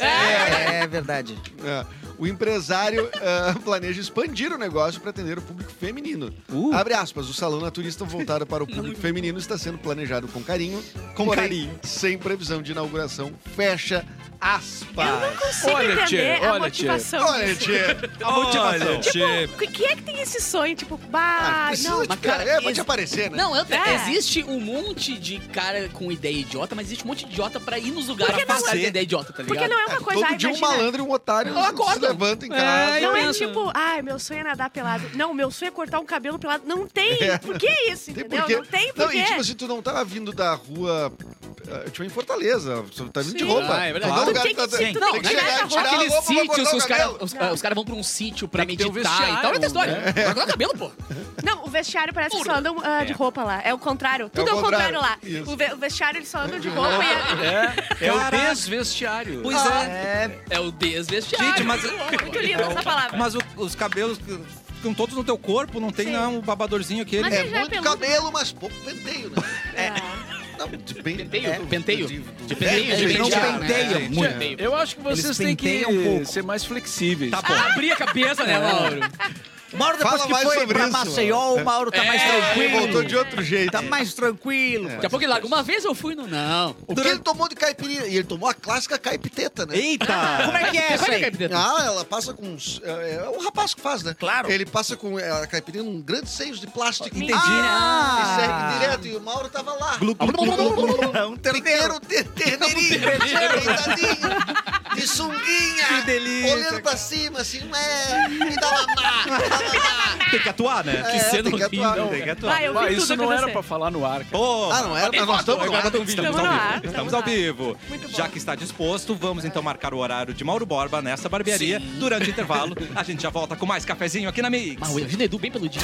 É verdade. É, o empresário ah, planeja expandir o negócio para atender o público feminino. Abre aspas, o salão naturista voltado para o público feminino está sendo planejado com carinho, Com porém, carinho. sem previsão de inauguração. Fecha aspas. Eu não consigo Olha, entender tchê, a olha, motivação Olha, disso. tia. A motivação. Olha, tchê. Tipo, quem é que tem esse sonho? Tipo, bah, Ah, precisa não. de mas, cara, cara, é, pra ex- te aparecer, né? Não, eu- É. existe um monte de cara com ideia idiota, mas existe um monte de idiota pra ir nos lugares Porque pra não fazer é- ideia idiota, tá ligado? Porque não é uma coisa, Todo ah, dia um imagina. malandro e um otário Eu se acordo. levantam em É, casa. Não é pensa. tipo, ai, meu sonho é nadar pelado. Não, meu sonho é cortar um cabelo pelado. Não tem. Por que isso, Tem entendeu? porquê. Não tem Não, porquê. e tipo assim, tu não tá vindo da rua, ah, tipo, em Fortaleza, tu tá vindo de Sim. roupa. Ah, é verdade. Tu vai num Tu lugar tem tá- que- tem tu Não, tem que que chegar, tirar a tirar a Aqueles roupa pra cortar sítios, o os cabelo. caras os, os cara vão pra um sítio pra Tem que ter um meditar e vestiário, tal. É outra história. né? Vai cortar o cabelo, pô. Não, o vestiário parece que só andam ah, de É. roupa lá. É o contrário. Tudo É é o o contrário, contrário. lá. Isso. O, ve- o vestiário eles só andam de roupa e a... É, é o Caraca. desvestiário. Pois é. É, É o desvestiário. Gente, mas- Muito lindo essa palavra. Mas o- os cabelos ficam todos no teu corpo, não tem Sim. não, um babadorzinho aquele. Mas É ele já é muito peludo. cabelo, mas pouco penteio, né? É. Não, de bem... Penteio? é, Penteio? de- De penteio? É, De eles não pentear, penteiam né? muito. Penteio. Eu acho que vocês Eles têm que penteiam um pouco. ser mais flexíveis. Tá bom. Abrir a cabeça, né, Mauro? o Mauro, depois Fala que mais foi sobre pra isso. Maceió, o Mauro tá mais É, Ele tranquilo. voltou de outro jeito. Tá mais tranquilo. Daqui a pouco ele larga. Uma vez eu fui no... Não. O que ele tomou de caipirinha? E ele tomou a clássica caipiteta, né? Eita! Como é que é essa Qual é a aí? capiteta? Ah, ela passa com... uns- É, é o rapaz que faz, né? Claro. Ele passa com é, a caipirinha num grande seio de plástico. Entendi. Ah. E segue direto. E o Mauro tava lá. Glu, glu, glu, glu, glu, glu. É um terneiro. Pequeno te- terneirinho, deitadinho, de sunguinha, Que delícia, olhando pra cima, assim, ué, me dá mamar, me dá mamar. Tem que atuar, né? É, cena tem que horrível. atuar. Tem que atuar. Vai, eu vi Mas tudo isso não era acontecer. pra falar no ar, cara. Pô, Ah, não era? Mas nós estamos Agora lá. tá um vídeo. Estamos Estamos ao no vivo. ar, Estamos estamos ao no ar. vivo. Muito bom. Já que está disposto, vamos então marcar o horário de Mauro Borba nessa barbearia. Durante o intervalo, a gente já volta com mais cafezinho aqui na Mix. Mas imagina Edu bem peludinho.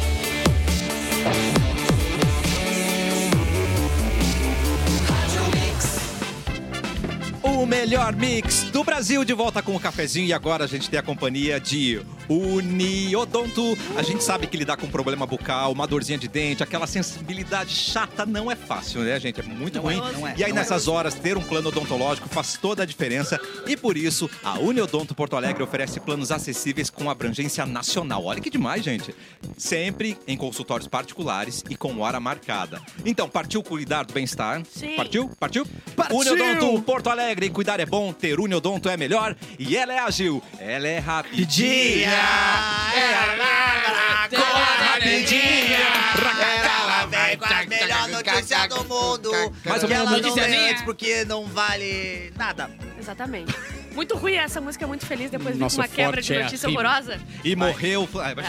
O melhor mix do Brasil de volta com o cafezinho e agora a gente tem a companhia de Uniodonto. A gente sabe que lidar com problema bucal, uma dorzinha de dente, aquela sensibilidade chata não é fácil, né, gente? É muito Não é, ruim. não é, e aí não nessas horas ter um plano odontológico faz toda a diferença e por isso a Uniodonto Porto Alegre oferece planos acessíveis com abrangência nacional. Olha que demais, gente. Sempre em consultórios particulares e com hora marcada. Então, partiu cuidar do bem-estar? Sim. Partiu? Partiu? Partiu! Uniodonto Porto Alegre, cuidar é bom, ter Uniodonto é melhor e ela é ágil, ela é rapidinha. Ela rapidinha. Ela vem com a melhor notícia do mundo. Mais ou Que menos ela não noticiazinha. vem antes porque não vale nada. Exatamente. Muito ruim essa música, muito feliz. Depois vem com Nossa, uma quebra de forte é notícia horrível. horrorosa. E morreu. Ah, imagina.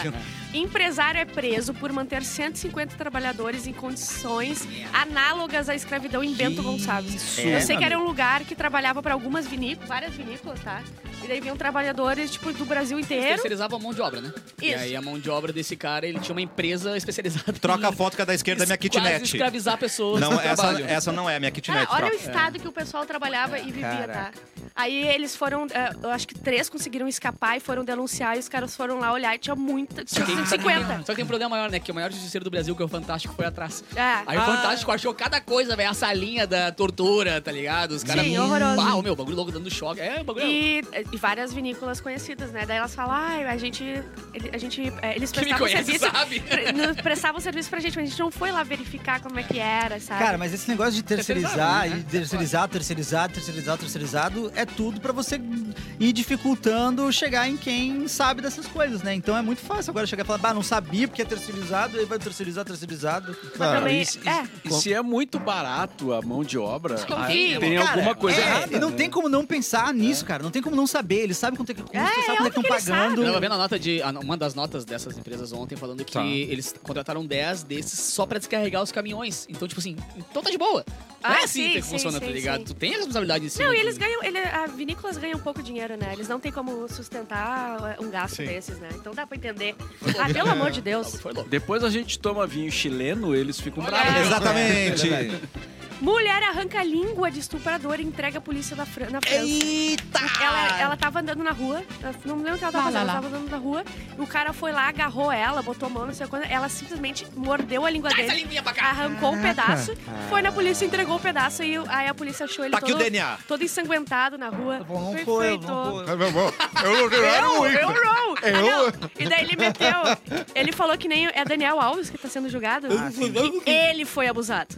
Empresário é preso por manter cento e cinquenta trabalhadores em condições análogas à escravidão em Bento Gonçalves. É, Eu sei que era um amigo. lugar que trabalhava para algumas vinícolas, várias vinícolas, tá? E daí vinham trabalhadores, tipo, do Brasil Eles inteiro. terceirizavam a mão de obra, né? E Isso. aí a mão de obra desse cara, ele tinha uma empresa especializada Troca a em foto que é da esquerda da minha quase kitnet. escravizar pessoas Não, no essa, trabalho. essa não é a minha kitnet. Ah, olha o troca. estado que o pessoal trabalhava e vivia, Caraca. tá? Aí eles foram, eh, eu acho que três conseguiram escapar e foram denunciar, e os caras foram lá olhar e tinha muita, tinha Só que- cento e só que tem- cinquenta. Só que tem um problema maior, né? Que o maior justiceiro do Brasil, que é o Fantástico, foi atrás. É. Aí o Fantástico achou cada coisa, velho. A salinha da tortura, tá ligado? Os caras... Sim, horroroso. Ah, o meu, bagulho louco dando choque. É, o bagulho... E, e várias vinícolas conhecidas, né? Daí elas falam, ah, a gente, ele- a gente, é, eles Quem me prestavam conhece serviço, sabe. pre- no- prestavam serviço pra gente, mas a gente não foi lá verificar como é que era, sabe? Cara, mas esse negócio de terceirizar, Terceirizado, né? e terceirizar, terceirizar, terceirizar, terceirizado, é tudo pra você ir dificultando chegar em quem sabe dessas coisas, né? Então é muito fácil agora chegar e falar, bah, não sabia porque é terceirizado, aí vai terceirizar, terceirizado. Mas também, E, se- é. e se é muito barato a mão de obra, Desconfie. aí tem Cara, alguma coisa é, errada. E não né? tem como não pensar nisso, cara. Não tem como não saber. Eles sabem quanto é que custa, É, sabem é quanto é que óbvio que estão eles pagando. sabem. Eu tava vendo a nota de. a- Uma das notas dessas empresas ontem falando que Tá. eles contrataram dez desses só pra descarregar os caminhões. Então, tipo assim, então tá de boa. Não Ah, é assim sim, que sim, funciona, sim, tá ligado? sim. Tu tem a responsabilidade em cima. Não, e de- eles ganham, ele, a vinícolas ganham um pouco de dinheiro, né? Eles não têm como sustentar um gasto Sim. desses, né? Então dá pra entender. Ah, pelo amor de Deus. Foi louco. Depois a gente toma vinho chileno, eles ficam Olha. bravos. Exatamente. Mulher arranca a língua de estuprador e entrega a polícia da Fran- na França. Eita! Ela, ela tava andando na rua, não me lembro o que ela tava Lá, fazendo, lá, ela lá. tava andando na rua, e o cara foi lá, agarrou ela, botou a mão, não sei quando, ela simplesmente mordeu a língua Dá essa dele, linguinha pra cá. arrancou um pedaço, foi na polícia, entregou o pedaço, e aí a polícia achou ele Tá aqui o todo, D N A. todo ensanguentado na rua. Tá bom, não Perfeito. foi, não foi. Eu não Eu, eu, eu, não. Ah, Eu? não. E daí ele meteu. Ele falou que nem é Daniel Alves que tá sendo julgado. E ele foi abusado.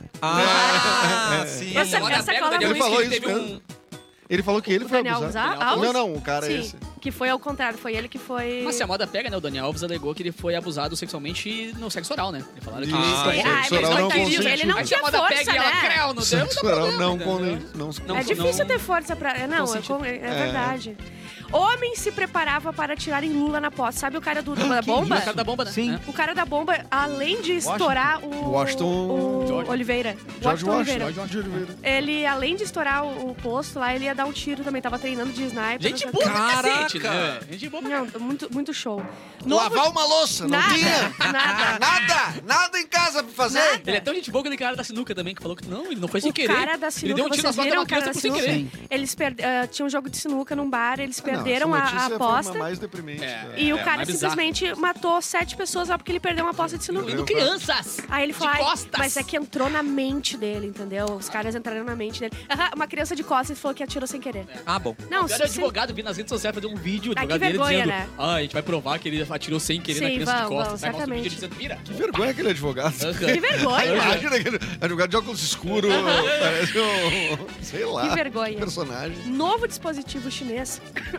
Ah, sim. Essa- Moda essa pega, cola o Daniel Ele falou disse que isso teve mesmo. um... Ele falou que ele O foi Daniel abusado. Alves? Não, não, o cara é Sim, esse. que foi ao contrário, foi ele que foi. Mas se a moda pega, né? O Daniel Alves alegou que ele foi abusado sexualmente no sexo oral, né? Ele falaram que... Isso. Ah, Sim, Sexo ah, mas oral não coitadinho, consentido. ele não Aí se a tinha moda força, pega e ela né? creu no dedo, Sexo dá oral problema, não, entendeu? con- não, Não, É não- difícil ter força pra. Não, é, Consentido. com- é verdade. Homem se preparava para atirarem Lula na posse. Sabe o cara do, da bomba? O cara da bomba, né? Sim. É. O cara da bomba, além de estourar o. Washington- o George. Oliveira. George Oliveira. Washington. Ele, além de estourar o, o posto lá, ele ia dar um tiro também. Tava treinando de sniper. Gente não sei o boa quê. pra cacete, Caraca. né? Gente boa pra Não, muito, muito show. Novo- Lavar uma louça, não Nada, tinha? nada. Nada, nada em casa pra fazer. Nada. Ele é tão gente boa que aquele cara da sinuca também, que falou que não, ele não foi sem O querer. cara da Ele sinuca, deu um tiro vocês nas costas de viram uma o cara criança da por sem sinuca? querer. Eles per... ah, tinha um jogo de sinuca num bar, eles perderam Não, a, essa a notícia foi aposta. uma mais deprimente. É. né? E o É, cara mais bizarro. simplesmente matou sete pessoas só porque ele perdeu uma aposta de sinuca. Incluindo crianças. Aí ele De falou, "Ai, costas." mas é que entrou na mente dele, entendeu? Os caras entraram na mente dele. Aham, uma criança de costas falou que atirou sem querer. Ah, bom. Não, O cara é sim, advogado, vi nas redes sociais fazer um vídeo, o Ah, advogado que dele vergonha, dizendo, né? ah, a gente vai provar que ele atirou sem querer na Sim, criança de vamos, costas. vamos, Vai mostrar um vídeo certamente. dizendo, vira. Que vergonha aquele advogado. que vergonha. Imagina aquele advogado de óculos escuros, parece um, sei lá, Que vergonha. personagem. Novo dispositivo chinês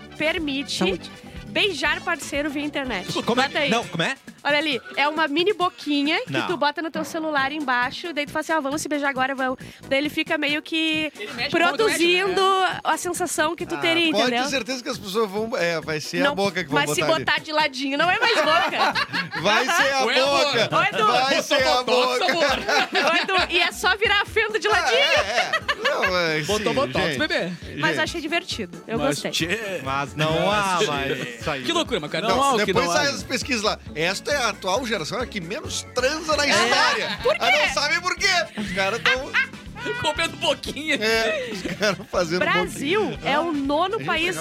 permite beijar parceiro via internet. Como é? Bota aí. Não, como é? Olha ali, é uma mini boquinha que Não. tu bota no teu celular embaixo, daí tu fala assim, ó, vamos se beijar agora, vamos. Daí ele fica meio que Ele mexe produzindo com o a sensação que tu Ah, teria, pode entendeu? ter certeza que as pessoas vão... É, vai ser a Não, boca que vão mas se botar botar de ladinho, não é mais boca. ali. Vai ser a Oi, amor. boca. Oi, Edu. Vai ser a Botox, boca. amor. Ô, Edu, e é só virar a fenda de Ah, ladinho. é, é. Não, mas, Botou sim, botox, gente, bebê. Mas gente. achei divertido, eu Mas, gostei. tchê, Mas não há mais isso aí. Que loucura, meu cara. Não, Não, há o que Depois não sai há. as pesquisas lá. Esta é a atual geração que menos transa na história. Por quê? não sabem por quê. Os caras estão... comendo boquinha. É, os caras fazendo um Brasil é o nono país...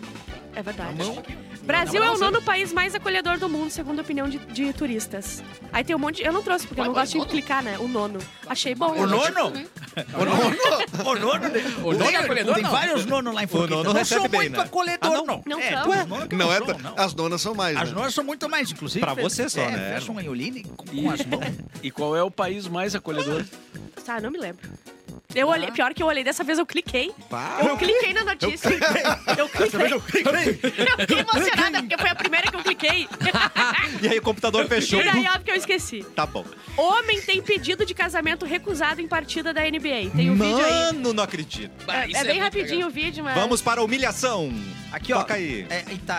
É verdade. Brasil é o nono país mais acolhedor do mundo, segundo a opinião de, de turistas. Aí tem um monte de... Eu não trouxe, porque eu não Vai, gosto de vai, clicar, né? O nono. Achei bom. O nono? O nono? O nono? O nono é acolhedor, Tem não? vários nonos lá em Forqueta. nono não recebe sou bem, muito né? acolhedor, Ah, não? não. Não é, são? tem uns nonos que Não é... são, não. As donas são mais, As né? nonas são muito mais, inclusive. Pra você só, é, né? Fecha um ioline com, E- com as mãos. E qual é o país mais acolhedor? Tá, não me lembro. Eu olhei, pior que eu olhei, dessa vez eu cliquei. Pá. Eu cliquei na notícia. Eu cliquei. Eu fiquei emocionada, porque foi a primeira que eu cliquei. E aí o computador fechou. E daí, óbvio que eu esqueci. Tá bom. Homem tem pedido de casamento recusado em partida da N B A. Tem um vídeo aí. Mano, não acredito. Bah, É, isso é bem muito rapidinho legal. o vídeo, mas... Vamos para a humilhação. Aqui, ó. Toca aí. É Itália.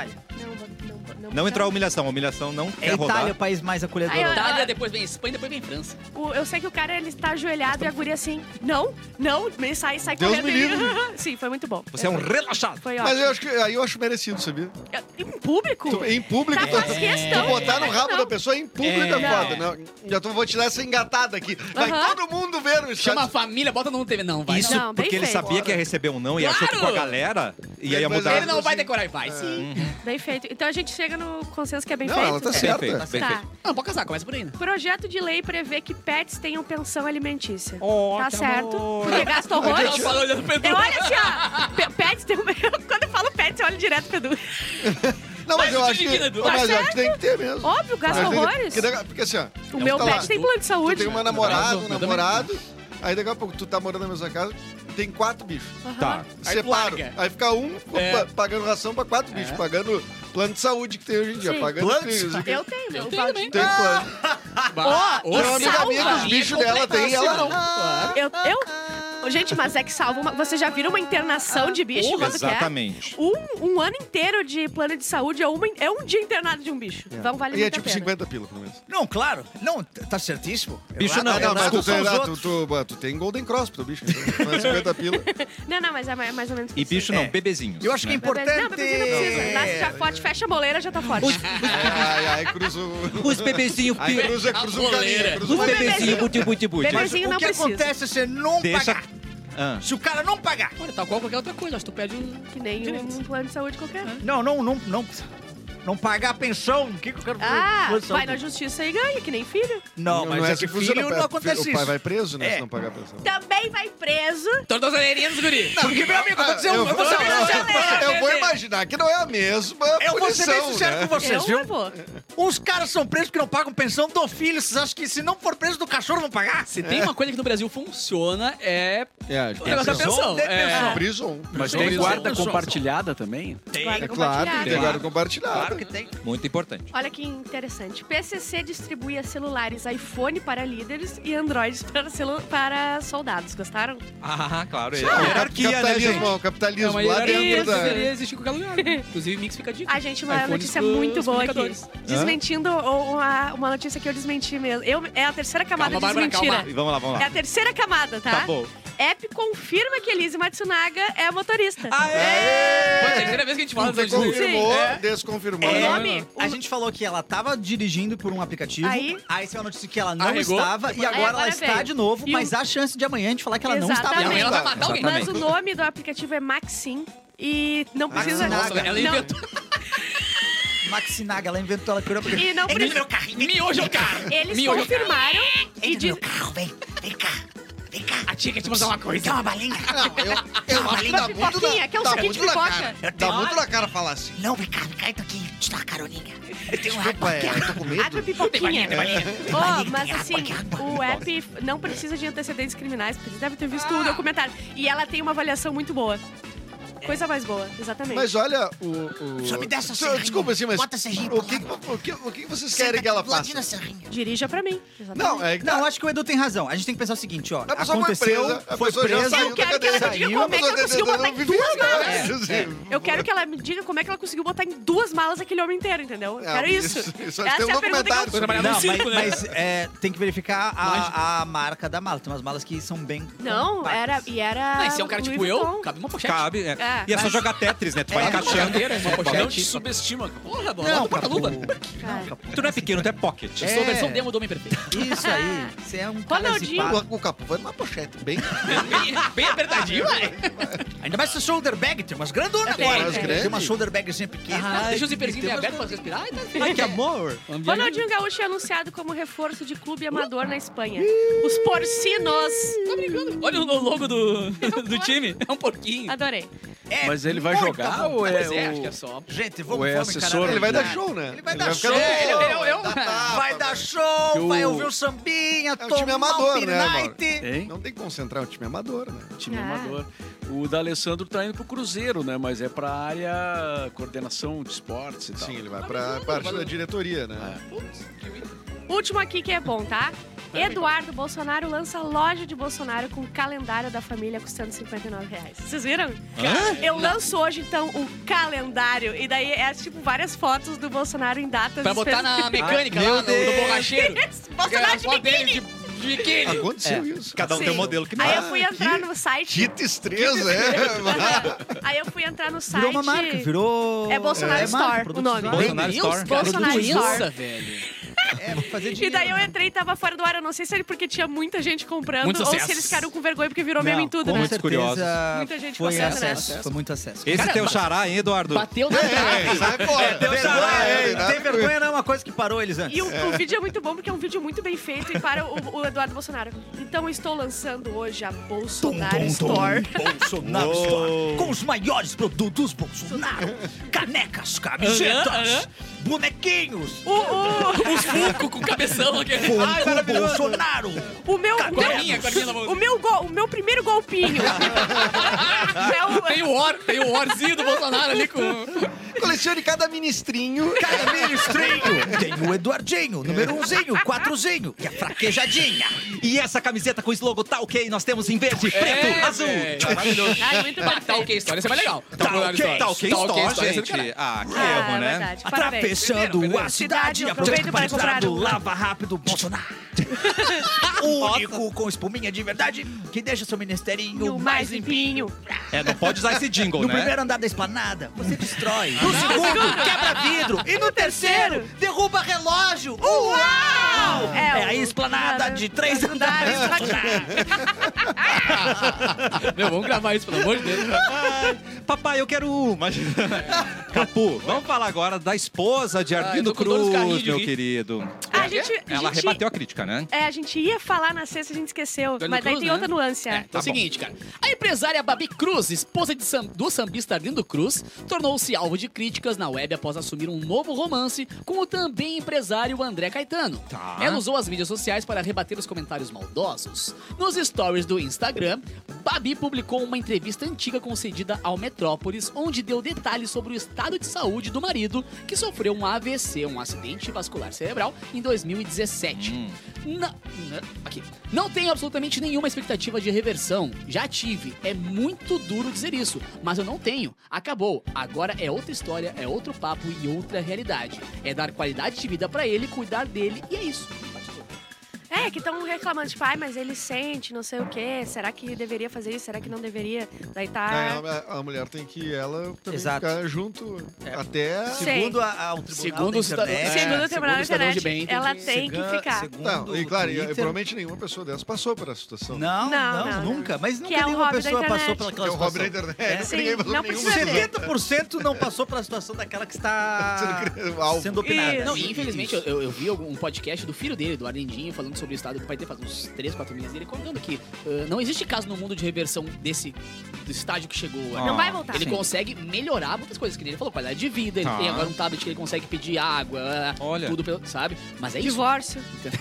Não, não, não, Não entrou a humilhação. A humilhação não É quer rodar. Itália o país mais acolhedor. Aí, ó, Itália, depois vem Espanha, depois vem França. O- eu sei que o cara, ele tá ajoelhado e a guria assim, não, não, ele sai, sai Deus correndo. me ele- livre. Sim, foi muito bom. Você é um relaxado. Foi Mas ótimo. eu acho que aí eu acho merecido, sabia? Em público? Tu- em público, Tá, tu, faz questão. tu botar no rabo Não. da pessoa em público é, É. foda. Não, já tô, vou te dar essa engatada aqui. Vai Aham. todo mundo ver no Chama a estádio. família, bota no T V. Não, vai. Isso Não, bem porque ele feito. sabia que ia receber um não e Claro! achou que com a galera ia, ia Mas mudar. Ele não vai decorar e vai, sim. Bem feito. Então a gente chega no consenso que é bem Não, feito. ela tá Bem certa. feito, bem Tá. feito. Não, pode casar, começa por aí, né? Projeto de lei prevê que pets tenham pensão alimentícia. Oh, tá que certo? amor. Porque gasta horrores. Ela falou olhando pro Edu. Eu olho assim, ó. Pe- Pets tem um... Quando eu falo pets, eu olho direto pro Edu. Não, mas Mas eu o acho que, digno, Edu. mas Tá eu acho que tem que ter mesmo. Óbvio, gasta Mas tem- horrores. porque daí- Porque assim, ó. O meu tá pet lá, tem tu- plano de Tu saúde. tem uma namorada, um Eu também. namorado, aí daqui a pouco tu tá morando na mesma casa, tem quatro bichos. Aham. Tá. Aí Separa. larga. Aí fica um É. pa- pagando ração pra quatro bichos, pagando plano de saúde que tem hoje em dia, Sim. pagando Plano? clínicas. Eu tenho, meu. Eu tenho também. Tem plano. Bah, Ô, ô, Tem uma amiga salva. minha que os bichos dela tem e ela não. Eu, eu... Ô, gente, mas é que salva uma... Vocês já viram uma internação de bicho? Quando que é? Exatamente. Um, um ano inteiro de plano de saúde é, uma, é um dia internado de um bicho. Então vale E muito é a tipo pena. cinquenta pila, pelo menos. Não, claro. Não, t- tá certíssimo. Bicho Eu- não, eu- Ah, não, eu- mas tu são tem, os ah, tu, outros. tu, ah, tu tem Golden Cross pro teu bicho, então não é cinquenta pila. Não, não, mas é mais mais ou menos E isso. bicho não, É. bebezinhos. Eu acho que é né? importante... Bebê- Não, bebezinho não precisa. Nasce já forte, fecha a moleira, já tá forte. Ai, ai, cruza o... Os bebezinhos... Aí cruza, cruza um boleira. caminho, cruza Os um caminho. bebezinhos buti-buti-buti. Bebê- Mas Bebezinho o não que precisa. acontece se você não Deixa... pagar? Ah. Se o cara não pagar. Olha, tal qual qualquer outra coisa. Acho que tu pede um... Que nem Direitos. um plano de saúde qualquer. Não, não, não, não. Não pagar a pensão. O que, que eu quero fazer? Ah, Plano de vai saúde? na justiça e ganha, que nem filho. Não, mas não é, assim que que funciona, filho pai. não acontece O pai isso. vai preso, né, É. se não pagar a pensão. Também vai preso. Tornozeleirinhas, guri. Porque, meu amigo, eu vou dizer eu, um... Eu vou ser eu- bem sincero. eu vou imaginar que não é a mesma Eu vou ser punição, bem sincero né? com vocês, Eu viu? vou. Os caras são presos porque não pagam pensão do filho. Vocês acham que se não for preso do cachorro, vão pagar? Se tem uma coisa que no Brasil funciona, é É, acho o que negócio da pensão. pensão. de É. pensão. Prison. Mas Tem tem guarda guarda compartilhada também? Tem. Guarda É claro, tem compartilhada. guarda compartilhada. Claro que tem. Muito importante. Olha que interessante. P C C distribui celulares iPhone para líderes e Androids para, celu- para soldados. Gostaram? Ah, claro. É Ah, a hierarquia, né, capitalismo, gente? ó, capitalismo É uma lá dentro hierarquia, da... deveria existir em qualquer lugar. Inclusive, Mix fica a dica. A gente, uma iPhones notícia pros muito boa aqui. comunicadores. Desmentindo o- uma, uma notícia que eu desmenti mesmo. Eu, é a terceira camada Calma, de Bárbara, desmentira. calma. Vamos lá, vamos É lá. a terceira camada, tá? Tá bom. App confirma que Elise Matsunaga é a motorista. Pô, é a terceira vez que a gente fala Você dessa notícia. confirmou, É. desconfirmou. O É. nome? A gente falou que ela tava dirigindo por um aplicativo. Aí? Aí saiu a notícia que ela não Arregou. estava. E Aí agora, agora ela está veio. de novo. E Mas o- há chance de amanhã a gente falar que ela não estava. Exatamente. E amanhã ela vai matar alguém. Mas o nome do aplicativo é Maxim. E não precisa... Maxinaga. Nossa, ela não, inventou. Maxinaga, ela inventou ela criou pra... E não precisa... meu carrinho. Miojo, cara. Eles Miojo, confirmaram e diz... carro, vem. Vem cá. Vem cá. A tia quer te mostrar uma coisa. Quer uma balinha? Não, eu, eu acho que Uma dá muito pipoquinha, na, quer um dá suquinho de muito na pipoca? cara. Dá muito na cara falar assim. Não, vem cá, vem cá, então aqui. Te dá uma caroninha. Eu tenho Desculpa, é, eu tô com medo. Água e pipoquinha. balinha. Oh, mas assim, o app não precisa de antecedentes criminais, porque você deve ter visto o documentário. E ela tem uma avaliação muito boa. Coisa mais boa, exatamente. Mas olha, o... o... Só me dá essa Só- serrinha. Desculpa, assim, mas Bota a serrinha o pro que, lado. o, que, o que vocês querem que ela faça? serrinha. Dirija pra mim. Exatamente. Não, é que Não, tá- acho que o Edu tem razão. A gente tem que pensar o seguinte, ó. A pessoa foi Aconteceu, presa, a foi pessoa já presa. saiu Eu quero que ela me diga Saiu. como é que ela conseguiu botar em duas malas. É, Eu quero que ela me diga como é que ela conseguiu botar em duas malas aquele homem inteiro, entendeu? Eu É, quero isso- isso. isso Essa tem um é a pergunta que eu... documentário sobre trabalhar Não, no circo, mas, né? mas, é, tem que verificar a, a marca da mala. Tem umas malas que são bem... Não, compactas. era... E era... Não, e se é um cara tipo Louis eu, Vuitton. cabe uma pochete. Cabe. É. É. E é só jogar Tetris, né? Tu vai É, encaixando. Cadeira, uma Não te pochete. subestima. Porra, bola, Não, não, porta-luva. Cara. Tu não é pequeno, tu é pocket. Eu sou a É. versão demo do Homem Perfeito. Isso aí. Você é um cara Ronaldinho. zipado. O, o capo vai numa pochete, bem... Bem, bem apertadinho, vai. Ainda mais essa shoulder bag. Tem umas grandonas Tem, agora. tem. Tem uma shoulder bagzinha pequena. Ah, deixa o zíperzinho Tem bem umas- aberto pra respirar. e tá- Ai, que amor. Vamos viajar. Ronaldinho Gaúcho é anunciado como reforço de clube amador na Espanha. Os porcinos. Tá brincando. Olha o logo do, do time. É um porquinho. Adorei. É, Mas ele vai muito jogar bom. ou é Pois é, acho que é o... só. Gente, Ou vamos, é vamos assessor, encarar. Ele vai dar É. show, né? Ele vai Ele dar ficar show. no- É, ele- eu- eu- Dá tapa, Vai dar show, Que o- vai ouvir o sambinha, É um tomar time amador, um né, Mauro? night. Hein? Não tem que concentrar, é um time amador, né? Time Ah. amador. O D'Alessandro tá indo pro Cruzeiro, né? Mas é pra área coordenação de esportes e tal. Sim, ele vai pra parte da diretoria, né? Último aqui que é bom, tá? Eduardo Bolsonaro lança loja de Bolsonaro com calendário da família custando cinquenta e nove reais. Vocês viram? Hã? Eu lanço hoje, então, o calendário. E daí é, tipo, várias fotos do Bolsonaro em datas Pra botar na mecânica Ai, lá, meu no, no borracheiro. Bolsonaro de Foto dele biquíni. de, de biquíni. Aconteceu isso. Cada um Sim. tem um modelo que Aí não. eu fui entrar no site... Que destreza, é. Aí eu fui entrar no site... Virou uma marca, virou... É Bolsonaro Store, marca, o produto nome. visual. Bolsonaro Meu Deus, Store. cara, Bolsonaro que doença, Store. velho. É, fazer E dinheiro. daí eu entrei e tava fora do ar. Eu não sei se é porque tinha muita gente comprando Muito ou sucesso. se eles ficaram com vergonha porque virou meme Não, em tudo, com né? Muito certeza curiosos. Muita gente foi passando, né? acesso, foi muito acesso. Esse Cara, teu mas- xará, hein, Eduardo? Bateu na É, trave. sai fora. Vergonha, É, é, tem vergonha não é uma coisa que parou eles antes. E o, o vídeo é muito bom porque é um vídeo muito bem feito e para o, o Eduardo Bolsonaro. Então eu estou lançando hoje a Bolsonaro Store. Bolsonaro Store. Com os maiores produtos Bolsonaro. Canecas, camisetas, bonequinhos. O, o, Os Funko com cabeção aqui. Funko Bolsonaro. o meu, o Guardinha, meu, guardinha na mão. o meu, gol, o meu primeiro golpinho. é o, Tem o Or, tem o Orzinho do Bolsonaro ali com... Colecione cada ministrinho. Cada ministrinho. Tem o Eduardinho, número umzinho, quatrozinho. E a fraquejadinha. E essa camiseta com o slogan tá ok, nós temos em verde, preto, É, azul. velho. Maravilhoso. Ai, muito Tá, tá perfeito. ok, história, isso é mais legal. Tá Bolsonaro ok, Store. Tá ok, Tá ok, store, história, gente. cara. Ah, que Ah, erro, é né? verdade. Parabéns. Atravessando a cidade, Aproveita para comprar do um. Lava Rápido Bolsonaro. O único com espuminha de verdade que deixa seu ministerinho O mais limpinho. É, não pode usar esse jingle, No né? primeiro andar da esplanada, você destrói. No segundo, quebra vidro. E no terceiro, derruba relógio. Uau! É, É o- a esplanada de três andares. Meu, vamos gravar isso, pelo amor de Deus. Ai, papai, eu quero uma. Capu, vamos falar agora da esposa de Ah, Arlindo eu tô com dor nos Cruz, carrinhos de meu rir. querido. A gente, a Ela gente- rebateu a crítica, né? É, a gente ia falar na sexta, a gente esqueceu. Do Arlindo Mas daí Cruz, tem né? outra nuance. É, É. então Tá é o seguinte, cara. A empresária Babi Cruz, esposa de sam- do sambista Arlindo Cruz, tornou-se alvo de críticas na web após assumir um novo romance com o também empresário André Caetano. Tá. Ela usou as mídias sociais para rebater os comentários maldosos. Nos stories do Instagram, Babi publicou uma entrevista antiga concedida ao Metrópolis, onde deu detalhes sobre o estado de saúde do marido, que sofreu um A V C, um acidente vascular cerebral, em dois mil e dezessete. Hum. Na- na- aqui. Não tenho absolutamente nenhuma expectativa de reversão. Já tive. É muito duro dizer isso, mas eu não tenho. Acabou. Agora é outra história, é outro papo e outra realidade. É dar qualidade de vida pra ele, cuidar dele e é isso. É, que estão reclamando, tipo, ai, mas ele sente, não sei o quê. Será que deveria fazer isso? Será que não deveria? Daí É, tá. a, a mulher tem que ela também Exato. ficar junto É. até. Sim. Segundo a, a, um tribunal Segundo da o cida- internet, É, Segundo o Tribunal da segundo o cidadão de Internet, bem, tem ela que- tem que Segan- ficar. segundo Não, e claro, e, Twitter- provavelmente nenhuma pessoa dessa passou por essa situação. Não, Não, não, não, nunca. Mas Que nunca é o nenhuma hobby da pessoa passou internet. pela É aquela o hobby da situação. internet. É. Sim, Ninguém passou não por nenhuma precisa ver. setenta por cento não passou pela situação daquela que está Sendo alvo. sendo opinada. Isso. Não, e infelizmente eu, eu- eu vi algum- um podcast do filho dele, do Arlindinho, falando sobre o estado do pai dele faz uns três, quatro meses, e ele contando que uh, não existe caso no mundo de reversão desse do estágio que chegou. Ah. Não vai voltar. Ele consegue melhorar muitas coisas, que nem ele falou, qualidade de vida, ele Tá. tem agora um tablet que ele consegue pedir água, Olha. tudo, pelo, sabe? Mas é isso. Divórcio.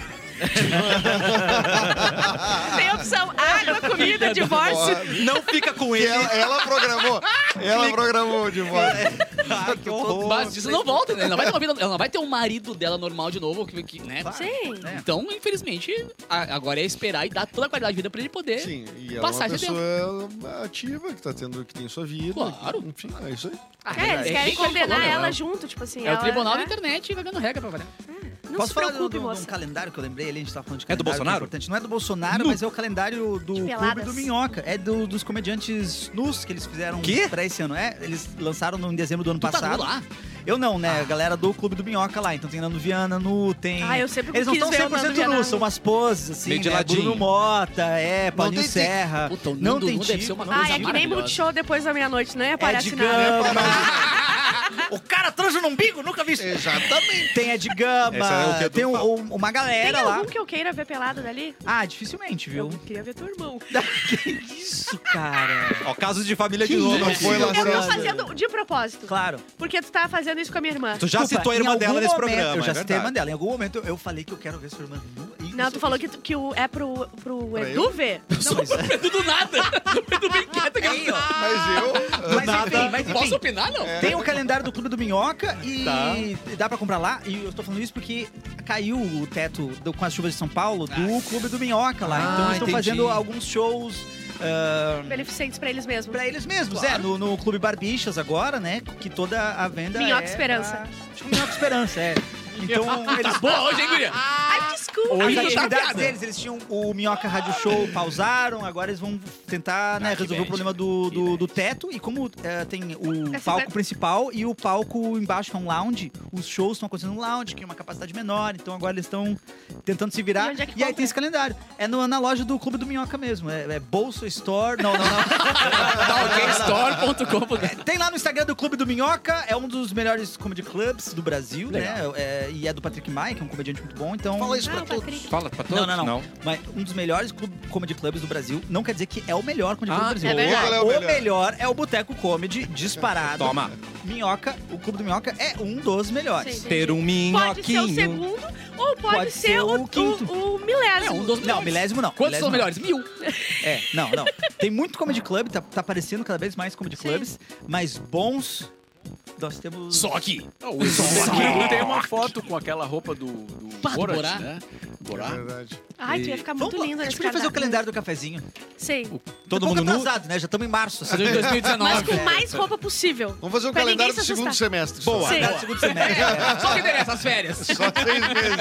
Tem opção: água, comida, divórcio. Não fica com Que ele. ela, ela programou. Ela programou de volta. Ai, que horror. Mas isso não volta, né? Ela não vai ter uma vida, ela não vai ter um marido dela normal de novo, que, que, né? Sim. É. Então, infelizmente, a- agora é esperar e dar toda a qualidade de vida pra ele poder. Sim, e ela é Passar uma esse pessoa ativa, que tá tendo, que tem sua vida. Claro. Enfim, é isso aí. Ah, É, eles querem bem como condenar falou, né? ela junto, tipo assim. É o ela- tribunal da é. internet vagando regra pra variar. Não Posso se falar preocupe, do, do, de moça. um calendário que eu lembrei ali? A gente tava falando de É do calendário. que Bolsonaro? importante. Não é do Bolsonaro, mas é o calendário do De Clube peladas. do Minhoca. É do- dos comediantes nus que eles fizeram Quê? pra esse ano. É, eles lançaram no, em dezembro do ano Tu tá passado. nu lá? Eu não, né? A galera do Clube do Minhoca lá. Então tem Nando Viana nu, tem... Ah, eu sempre Eles não quis estão ver o Nando cem por cento Viana nus, nu. são umas poses, assim, Meio de né? ladinho. Bruno Mota, é, Paulinho tem tique. Serra. Puta, o não Nando tem nu deve tique, ser uma não Ah, coisa é tem que nem maravilhosa. Multishow depois da meia-noite, não É aparece de nada. Gama. O cara transa no umbigo, nunca vi isso. Exatamente. Tem a de Gama, Esse é o que eu tem um- falo. um- uma Tem galera lá. algum que eu queira ver pelado dali? Ah, dificilmente, viu? Eu queria ver teu irmão. Que isso, cara? Ó, casos de família de Que novo. Não aqui. foi lá Eu tô Nossa. fazendo de propósito. Claro. Porque tu tava fazendo isso com a minha irmã. Tu já Desculpa, citou a em irmã algum dela nesse momento- programa. Eu já é citei a irmã verdade. dela. Em algum momento eu, eu falei que eu quero ver sua irmã nua. Não, tu falou que, tu- que o, é pro, pro Pra Edu eu? ver. Não, mas, O Edu do nada. O Edu bem quieto. que- aí, ó. Mas eu... Mas enfim, mas enfim. Posso opinar, não? Tem o calendário do Clube do Minhoca e Tá. dá pra comprar lá. E eu tô falando isso porque caiu o teto do- com as chuvas de São Paulo do Clube do Minhoca lá. Ah, então eles estão entendi. fazendo alguns shows ah, Beneficentes pra eles mesmos. pra eles mesmos. É, no, no Clube Barbichas agora, né? Que toda a venda Minhoca é Esperança. pra- Acho que Minhoca Esperança, é. Então eles... Boa, hoje, hein, guria? Ai, desculpa. As Hoje tá atividades piada. deles, eles tinham o Minhoca Rádio Show, pausaram, agora eles vão tentar né, Ah, que resolver bad. o problema do, Que do, bad. do teto. E como eh, tem o Essa palco vai- principal e o palco embaixo, que é um lounge, os shows estão acontecendo no lounge, que é uma capacidade menor, então agora eles estão tentando se virar. E onde é que aí compra? tem esse calendário. É no- na loja do Clube do Minhoca mesmo. É, é Bolso Store. Não, não, não. Talkstore ponto com ponto br. Tem lá no Instagram do Clube do Minhoca, é um dos melhores comedy clubs do Brasil, né? É, e é do Patrick Maia, que é um comediante muito bom, então... Fala isso Ah, pra o todos. Patrick. Fala pra todos? Não, não, não, Mas um dos melhores club, comedy clubs do Brasil não quer dizer que é o melhor comedy club Ah, do Brasil. é verdade. Qual é o o melhor? melhor é o Boteco Comedy, disparado. Toma. Minhoca, o Clube do Minhoca é um dos melhores. Sim. Ter um Pode ser o minhoquinho. segundo ou pode, Pode ser, ser o, o quinto. o, o milésimo. É, um dos Não, melhores. milésimo não. Quantos são milésimo melhores? Mil. não. É, não, não. Tem muito comedy club, tá, tá aparecendo cada vez mais comedy Sim. clubs, mas bons nós temos... Só aqui. Não, o Edu tem uma foto com aquela roupa do, do Pá, do Borat, Borá. né? Borá. É verdade. Ai, tu ia ficar muito Vamos, lindo a gente nesse podia fazer o cardápio. calendário do cafezinho. Sim. Todo um pouco mundo nu? atrasado, né? Já estamos em março. Fazer de dois mil e dezenove. Mas com mais roupa possível. Vamos fazer o Pra calendário do ninguém se segundo assustar. semestre. Boa. Sim. Calendário do segundo semestre. É. Só que interessa, as férias. Só seis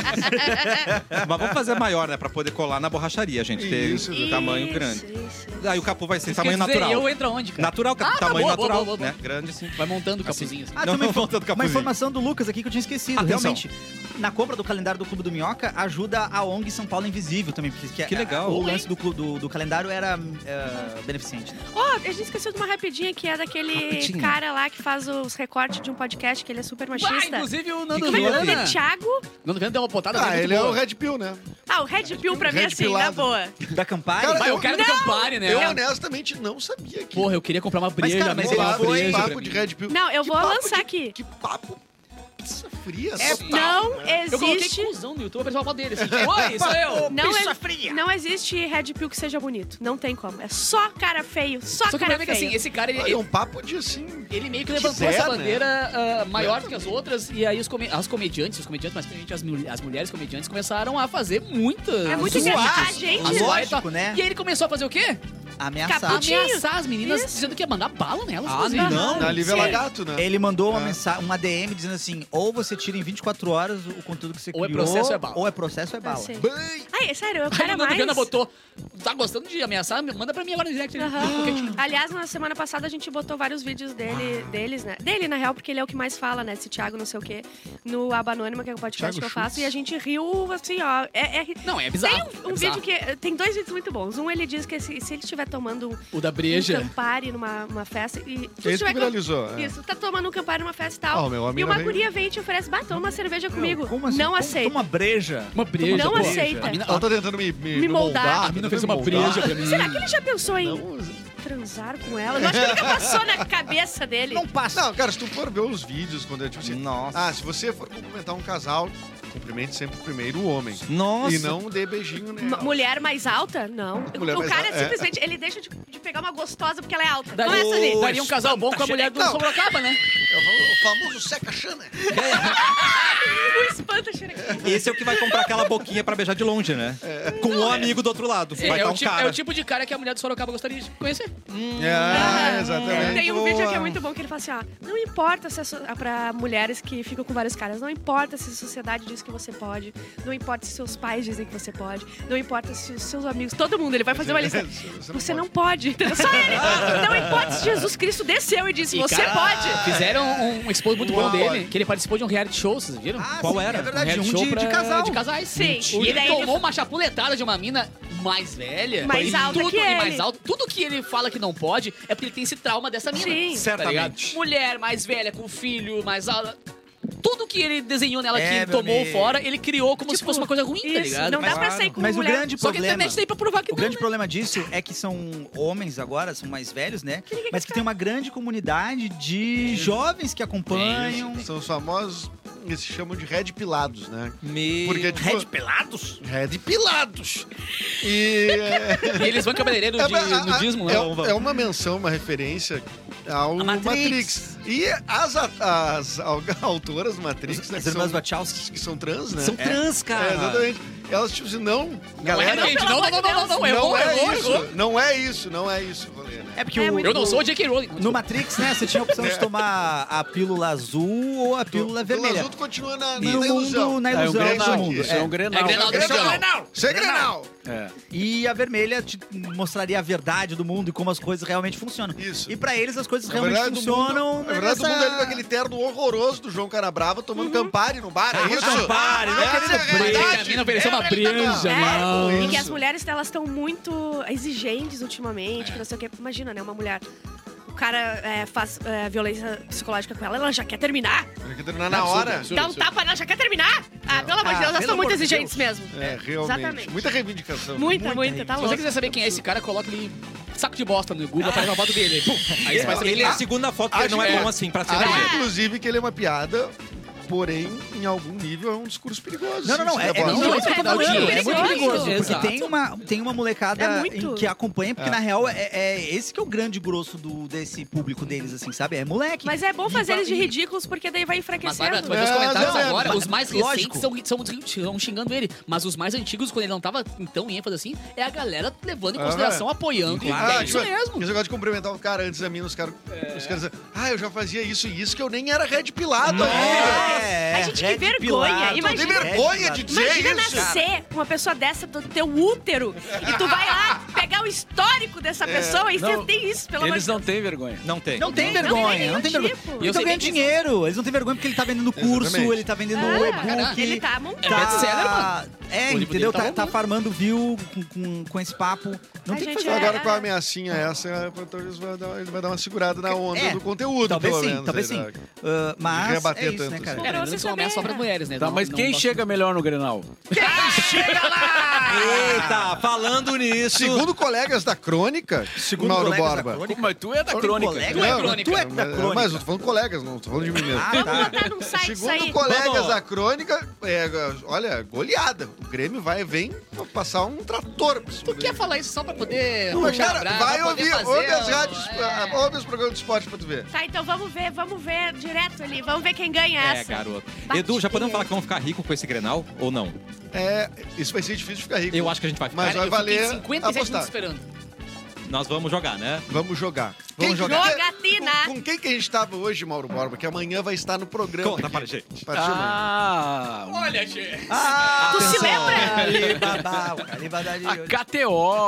meses. Mas vamos fazer maior, né? Pra poder colar na borracharia, gente. Ter Isso, um tamanho Isso, grande. isso. Aí o capu vai ser Isso tamanho quer dizer, natural. eu entro aonde, cara? Natural, Ah, tá, tamanho boa, boa, natural, boa, boa. né? Grande, sim. Vai montando o capuzinho. assim. Ah, Não, tem uma, não voltando com a uma cozinha. informação do Lucas aqui que eu tinha esquecido. Atenção. Realmente, na compra do calendário do Clube do Minhoca, ajuda a O N G São Paulo Invisível também. Porque Que a- legal. O lance do, clu- do, do calendário era é, beneficente. Ó, a gente esqueceu de uma rapidinha que é daquele Rapidinho. cara lá que faz os recortes de um podcast, que ele é super Ah, machista. inclusive o Nando Que que Como é que é o nome Viana. dele? Thiago? Nando Viana deu uma botada Ah, muito ele é boa. o Red Pill, né? Ah, o Red Pill pra mim, Red assim, na Pillado. boa. Da Campari. Cara, Vai, eu- eu quero do Campari, né? Eu honestamente não sabia que... Porra, eu queria comprar uma breja. cara, mas muito ele uma papo, foi- breja papo pra de mim. Red Pill. Não, eu Que vou papo lançar de- aqui. Que papo pizza fria. É total, Não né? Eu coloquei existe... cuzão no YouTube, apareceu uma foto dele. Assim, tipo, oi, sou eu. Não, Pizza é- fria. não existe Red Pill que seja bonito. Não tem como. É só cara feio. Só, Só que o cara problema é que feio. assim, esse cara, ele, Olha, é um papo de assim... ele meio que quiser, levantou essa né? bandeira ah, maior do que as outras. E aí os come- as comediantes, os comediantes, mas principalmente as, mul- as mulheres comediantes, começaram a fazer muita. É muito zoar. engraçado. A gente- A zoar e Lógico, tal. né? E aí ele começou a fazer o quê? Ameaçar. Caputinho. Ameaçar as meninas, Isso. dizendo que ia mandar bala nelas. Ah, inclusive. não. Na Lívia Sim. Lagato, né? Ele mandou uma É. mensagem, uma D M dizendo assim: ou você tira em vinte e quatro horas o conteúdo que você Ou é criou, processo ou é bala. ou é processo ou é bala. Sim. Bem, Ai, sério, eu Aí quero o Nando mais. Viana botou, tá gostando de ameaçar? Manda pra mim agora no direct. Aham. Aliás, na semana passada a gente botou vários vídeos dele, deles, né? Dele, na real, porque ele é o que mais fala, né? Esse Thiago não sei o quê, no Aba Anônima, que é o podcast Thiago que eu faço. Schultz. E a gente riu, assim, ó. É, é- Não, é bizarro. Tem um, é um bizarro. vídeo que... Tem dois vídeos muito bons. Um, ele diz que se, se ele estiver tomando um, O da um breja. Campari numa uma festa e... tu esse que estiver com- viralizou. é. Isso, tá tomando um Campari numa festa e Ah, tal. o meu e amigo uma veio- guria vem e te oferece, bah, toma uma cerveja comigo. Como assim? Não Como- aceita. Toma breja. Uma breja. Não pô. aceita. A mina, Ela tá tentando me, me, Me moldar. a mina fez uma breja pra mim. Será que ele já pensou em Não, transar com ela? Eu acho que nunca passou na cabeça dele. Não passa. não, cara, se tu for ver os vídeos, quando é tipo assim... Nossa. Ah, se você for cumprimentar um casal, cumprimente sempre primeiro o homem. Nossa. E não dê beijinho Ma- nela. Mulher mais alta? Não. Mulher o mais cara alta, é. simplesmente, ele deixa de, de pegar uma gostosa porque ela é alta. Daria, Começa ali. daria um casal bom com a mulher do Não. Sorocaba, né? É o, o famoso seca chana. O espanta cheira aqui. Esse é o que vai comprar aquela boquinha pra beijar de longe, né? Com um amigo do outro lado. Vai é, dar o um tipo, cara. é o tipo de cara que a mulher do Sorocaba gostaria de conhecer. Ah, exatamente. Tem um vídeo que é Boa. muito bom que ele fala assim, ó, não importa se a so- pra mulheres que ficam com vários caras, não importa se a sociedade diz que você pode, não importa se seus pais dizem que você pode, não importa se os seus amigos, todo mundo, ele vai fazer uma lista. Você não pode, entendeu? Só ele. Não importa se Jesus Cristo desceu e disse, E, você cara, pode. Fizeram um, um expose muito Uau. bom dele, que ele participou de um reality show, vocês viram? Ah, Qual sim, era? É verdade, reality um show de, pra- de casal. De casais. Sim. E E ele daí tomou ele- uma chapuletada de uma mina mais velha. Mais e alta tudo, que e ele. mais alto. Tudo que ele fala que não pode é porque ele tem esse trauma dessa mina. Sim. Tá ligado? Certamente. Mulher mais velha, com filho, mais alta. Tudo que ele desenhou nela, É, que meu tomou amigo. fora, ele criou como se Tipo, fosse uma coisa ruim, tá Isso, ligado? não Mas, dá pra sair com Mas o mulher. grande só que a problema... internet tem pra provar que O não, grande né? problema disso é que são homens agora, são mais velhos, né? Mas que tem uma grande comunidade de jovens que acompanham. São os famosos eles se chamam de Red Pilados, né? Meu... Porque, tipo, Red pelados? Red Pilados. E... é, E eles vão cabeleireiro de a- a- nudismo, né? é, é uma menção, uma referência ao A Matrix. Matrix. E as, a- as, au- autoras do Matrix, né, As que irmãs são, Wachowski. que são trans, né? São trans, É, cara. exatamente. Elas, tipo assim, não... Galera, Gente, não, não, não, não, não, não, errou, não é errou, isso. errou. Não é isso, não é isso, Valéria. É porque É o, muito Eu não sou o J K Rowling. no Matrix, né, você tinha a opção de tomar a pílula azul ou a pílula Pelo vermelha. azul, tu continua na, na, E na o ilusão. mundo, na É um ilusão Grenal. do mundo. Isso é um É. Grenal. É Grenal, É Grenal. Grenal. Isso é Grenal. É. E a vermelha te mostraria a verdade do mundo e como as coisas realmente funcionam. Isso. E pra eles as coisas Na realmente verdade, do funcionam. mundo, na verdade, nessa- do mundo ele com aquele terno horroroso do João Canabrava tomando Campari no bar. É isso? Campari, não Essa querendo é a realidade. A mina ofereceu uma É, breja, É, não. e que isso. as mulheres elas estão muito exigentes ultimamente, que não sei o que. Imagina, né? Uma mulher. O cara é, faz é, violência psicológica com ela, ela já quer terminar. Tem que terminar na hora. Dá um tapa, ela já quer terminar. Ah, pelo amor de Ah, Deus, elas pelo estão muito amor de exigentes Deus. mesmo. É, realmente. Exatamente. Muita reivindicação. Muita, Muita muita, tá Se você louco. quiser saber quem é esse cara, coloca ali saco de bosta no Google, aparece uma foto dele. Pum, aí você vai saber Ele quem é é. a segunda foto que ele não é Acho bom que- assim pra ser Acho, vermelho. inclusive, que ele é uma piada, porém, em algum nível, é um discurso perigoso. Não, não, não. Sim, É, é, você leva- não, Não, é isso que eu tô é falando. perigoso, É muito é perigoso. perigoso. Porque Exato. tem uma, tem uma molecada É muito. em- que acompanha, porque É. na real é, é esse que é o grande grosso do, desse público deles, assim, sabe? É moleque. Mas é bom E fazer va- eles de e- ridículos, porque daí vai Mas enfraquecendo. vai, tu vai ver os É, comentários não, é, agora, mas- os mais lógico. recentes estão xingando ele. Mas os mais antigos, quando ele não tava em tão ênfase assim, é a galera levando em Ah, consideração, apoiando. E Ah, é isso tipo, mesmo. Esse negócio de cumprimentar o cara antes da mim, os caras os caras dizem, ah, eu já fazia isso e isso, que eu nem era Red Pilato ainda. É, Ai, gente, que Red vergonha. Pilato. Tu tem Imagina- vergonha de dizer Imagina isso? nascer uma pessoa dessa do teu útero e tu vai lá pegar o histórico dessa pessoa e Não, você tem isso, pelo amor Eles de não Deus. têm vergonha. Não tem. Não tem Não tem vergonha, nenhum não tem vergonha. tipo. E eu Eles sei estão ganhando bem dinheiro, eles não têm vergonha porque ele tá vendendo curso, Exatamente. ele tá vendendo Ah, e-book. ele tá montando. É best-seller, mano. É, O livro entendeu? dele tá Tá, tá bombando. farmando view com, com, com esse papo. Não A tem que gente fazer é- Agora com a ameaçinha essa, é, talvez vai dar- ele vai dar uma segurada na onda É, do conteúdo, talvez pelo sim, menos. talvez aí, sim. né? Uh, mas rebater é isso, tanto né, cara? assim. É, lembrando que são ameaças só para mulheres, né? Tá, Não- mas não quem gosto- chega melhor no Grenal? Eita, falando nisso. Segundo colegas da Crônica, Segundo Mauro colegas da Borba. Crônica. Mas tu é da Crônica, crônica. colega? Tu é Não, crônica. Tu é da mas- crônica. Mas eu tô falando colegas, não tô falando de mim mesmo. Ah, Vamos tá. botar num site isso aí. Segundo colegas Vamos. da Crônica, é, olha, goleada. O Grêmio vai vem pra passar um trator por cima Tu dele. quer falar isso só pra poder Não, mas, puxar cara, brava, vai pra poder ouvir, fazer, ouve as ó, rádios, é. ah, ouve os programas de esporte pra tu ver. Tá, então vamos ver, vamos ver direto ali. Vamos ver quem ganha É, essa. garoto. Bate Edu, já podemos bem. falar que vamos ficar rico com esse Grenal ou não? É, isso vai ser difícil de ficar rico. Eu acho que a gente vai ficar. Mas Cara, vai eu fiquei valer cinquenta e sete apostar. minutos esperando. Nós vamos jogar, né? Vamos jogar. Vamos Quem- jogar. quem- Jogatina. Com, com quem que a gente tava hoje, Mauro Borba? Que amanhã vai estar no programa. Conta aqui. para a gente. A partir de amanhã. Ah, Olha, Gê. Ah, Tu se atenção. lembra? Alibaba, o Alibaba de a hoje. K T O.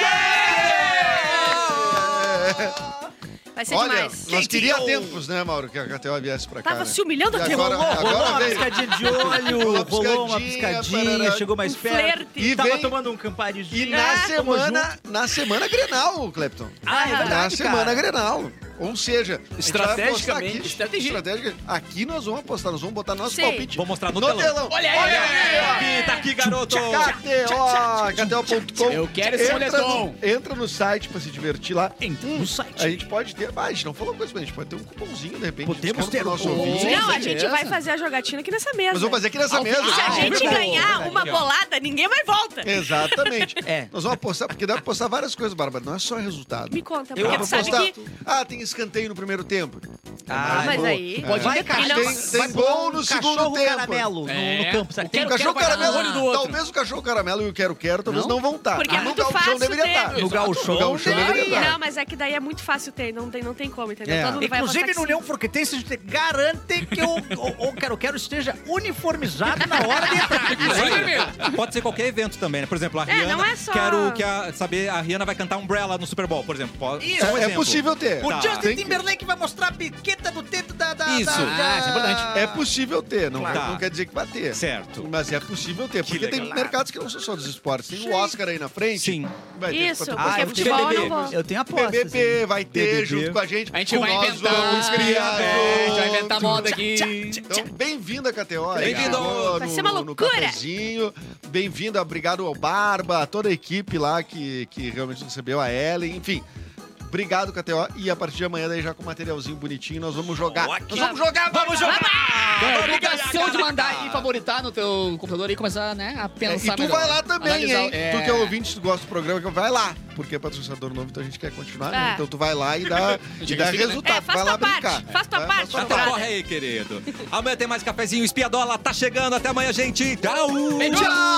Vai ser Olha, demais. nós queria tempos, né, Mauro, que a K T O viesse pra cá. Tava né? se humilhando E até agora, Rolou, rolou agora uma veio. piscadinha de olho, Uma rolou uma piscadinha, piscadinha, parará. chegou mais Um perto. flerte. E Tava vem- tomando um camparizinho. E na Ah, tamo semana, na semana Grenal, Clepton. Ah, é Na verdade, semana cara. Grenal. Ou seja, a gente vai Estrategicamente, apostar aqui, estratégia. estratégica. Aqui nós vamos apostar, nós vamos botar nosso Sim. palpite Vou mostrar no, no telão. telão. Olha aí, Olha Tá aqui, tá aqui, garoto. K T O, K T O ponto com. Eu quero esse entra moletom. no, entra no site pra se divertir lá. Entra no site. A gente pode ter, ah, a gente não falou coisa, mas a gente pode ter um cupomzinho, de repente. Podemos desconto ter pro nosso um ouvinte. cupom. Não, a beleza. gente vai fazer a jogatina aqui nessa mesa. Mas vamos fazer aqui nessa Ao mesa. E se a Ah, gente verdade. ganhar Verdade, uma ó. bolada, ninguém mais volta. Exatamente. É. Nós vamos apostar, porque dá pra apostar várias coisas, Bárbara. Não é só resultado. Me conta, Eu porque Dá tu pra sabe apostar. que... Ah, tem escanteio no primeiro tempo. Ah, mas boa. aí... Pode Vai, ir cara, E não- Tem, vai tem pular gol um no segundo cachorro tempo. caramelo no, É. no campo, sabe? O Tem Quero, cachorro quero vai dar no caramelo. olho do outro. Talvez o cachorro caramelo e o quero quero, talvez Não? não, vão estar. Porque é no muito gauchão fácil deveria ter. estar. No gauchão No gauchão deve- deveria estar. Não, mas é que daí é muito fácil ter, não tem, não tem como, entendeu? É. Todo mundo vai Inclusive, apostar no que União Forquetense, a gente garante que o, o, o Quero Quero esteja uniformizado na hora de entrar. Isso aí. Pode ser qualquer evento também, né? Por exemplo, a É, Rihanna. não é só- Quero que a- saber, a Rihanna vai cantar Umbrella no Super Bowl, por exemplo. Pode, Isso, só um É, é exemplo. possível ter. O Tá. Justin Tem que- Timberlake vai mostrar a piqueta do teto da... da Isso. da- Ah, isso é importante. É possível ter, não, Claro. não quer dizer que vai ter. Certo. Mas é possível ter, porque tem legal. mercados que não são só dos esportes. Tem o Oscar aí na frente. Sim. Vai ter Isso, pra tu porque apostar. eu futebol eu B B B. não vou. Eu tenho apostas. B B B hein? vai ter B B B. junto com a gente. A gente com vai nós inventar. vamos criar É, a gente vai junto. inventar moda aqui. Então, bem-vindo a K T O. aí, Bem-vindo. chegou Vai no- ser uma no loucura. cafezinho. Bem-vindo, obrigado ao Barba, a toda a equipe lá que, que realmente recebeu a Ellen, enfim. Obrigado, K T O. E a partir de amanhã, daí já com o materialzinho bonitinho, nós vamos jogar. Aqui. Nós vamos jogar, Vamos jogar! É, Vamos obrigação ganhar, de mandar cara. e favoritar no teu computador e começar, né, a É, pensar e tu melhor. vai lá também, Analisar- hein? é. Tu que é ouvinte, tu gosta do programa, vai lá. Porque é patrocinador novo, então a gente quer continuar, né? É. Então tu vai lá e dá, e Diga dá assim, né? resultado. É, faz vai lá tua brincar. parte, faz tua Vai- parte, faz tua Então Brother. corre aí, querido. Amanhã tem mais cafezinho. Espiadola tá chegando. Até amanhã, gente. Tchau! Tchau!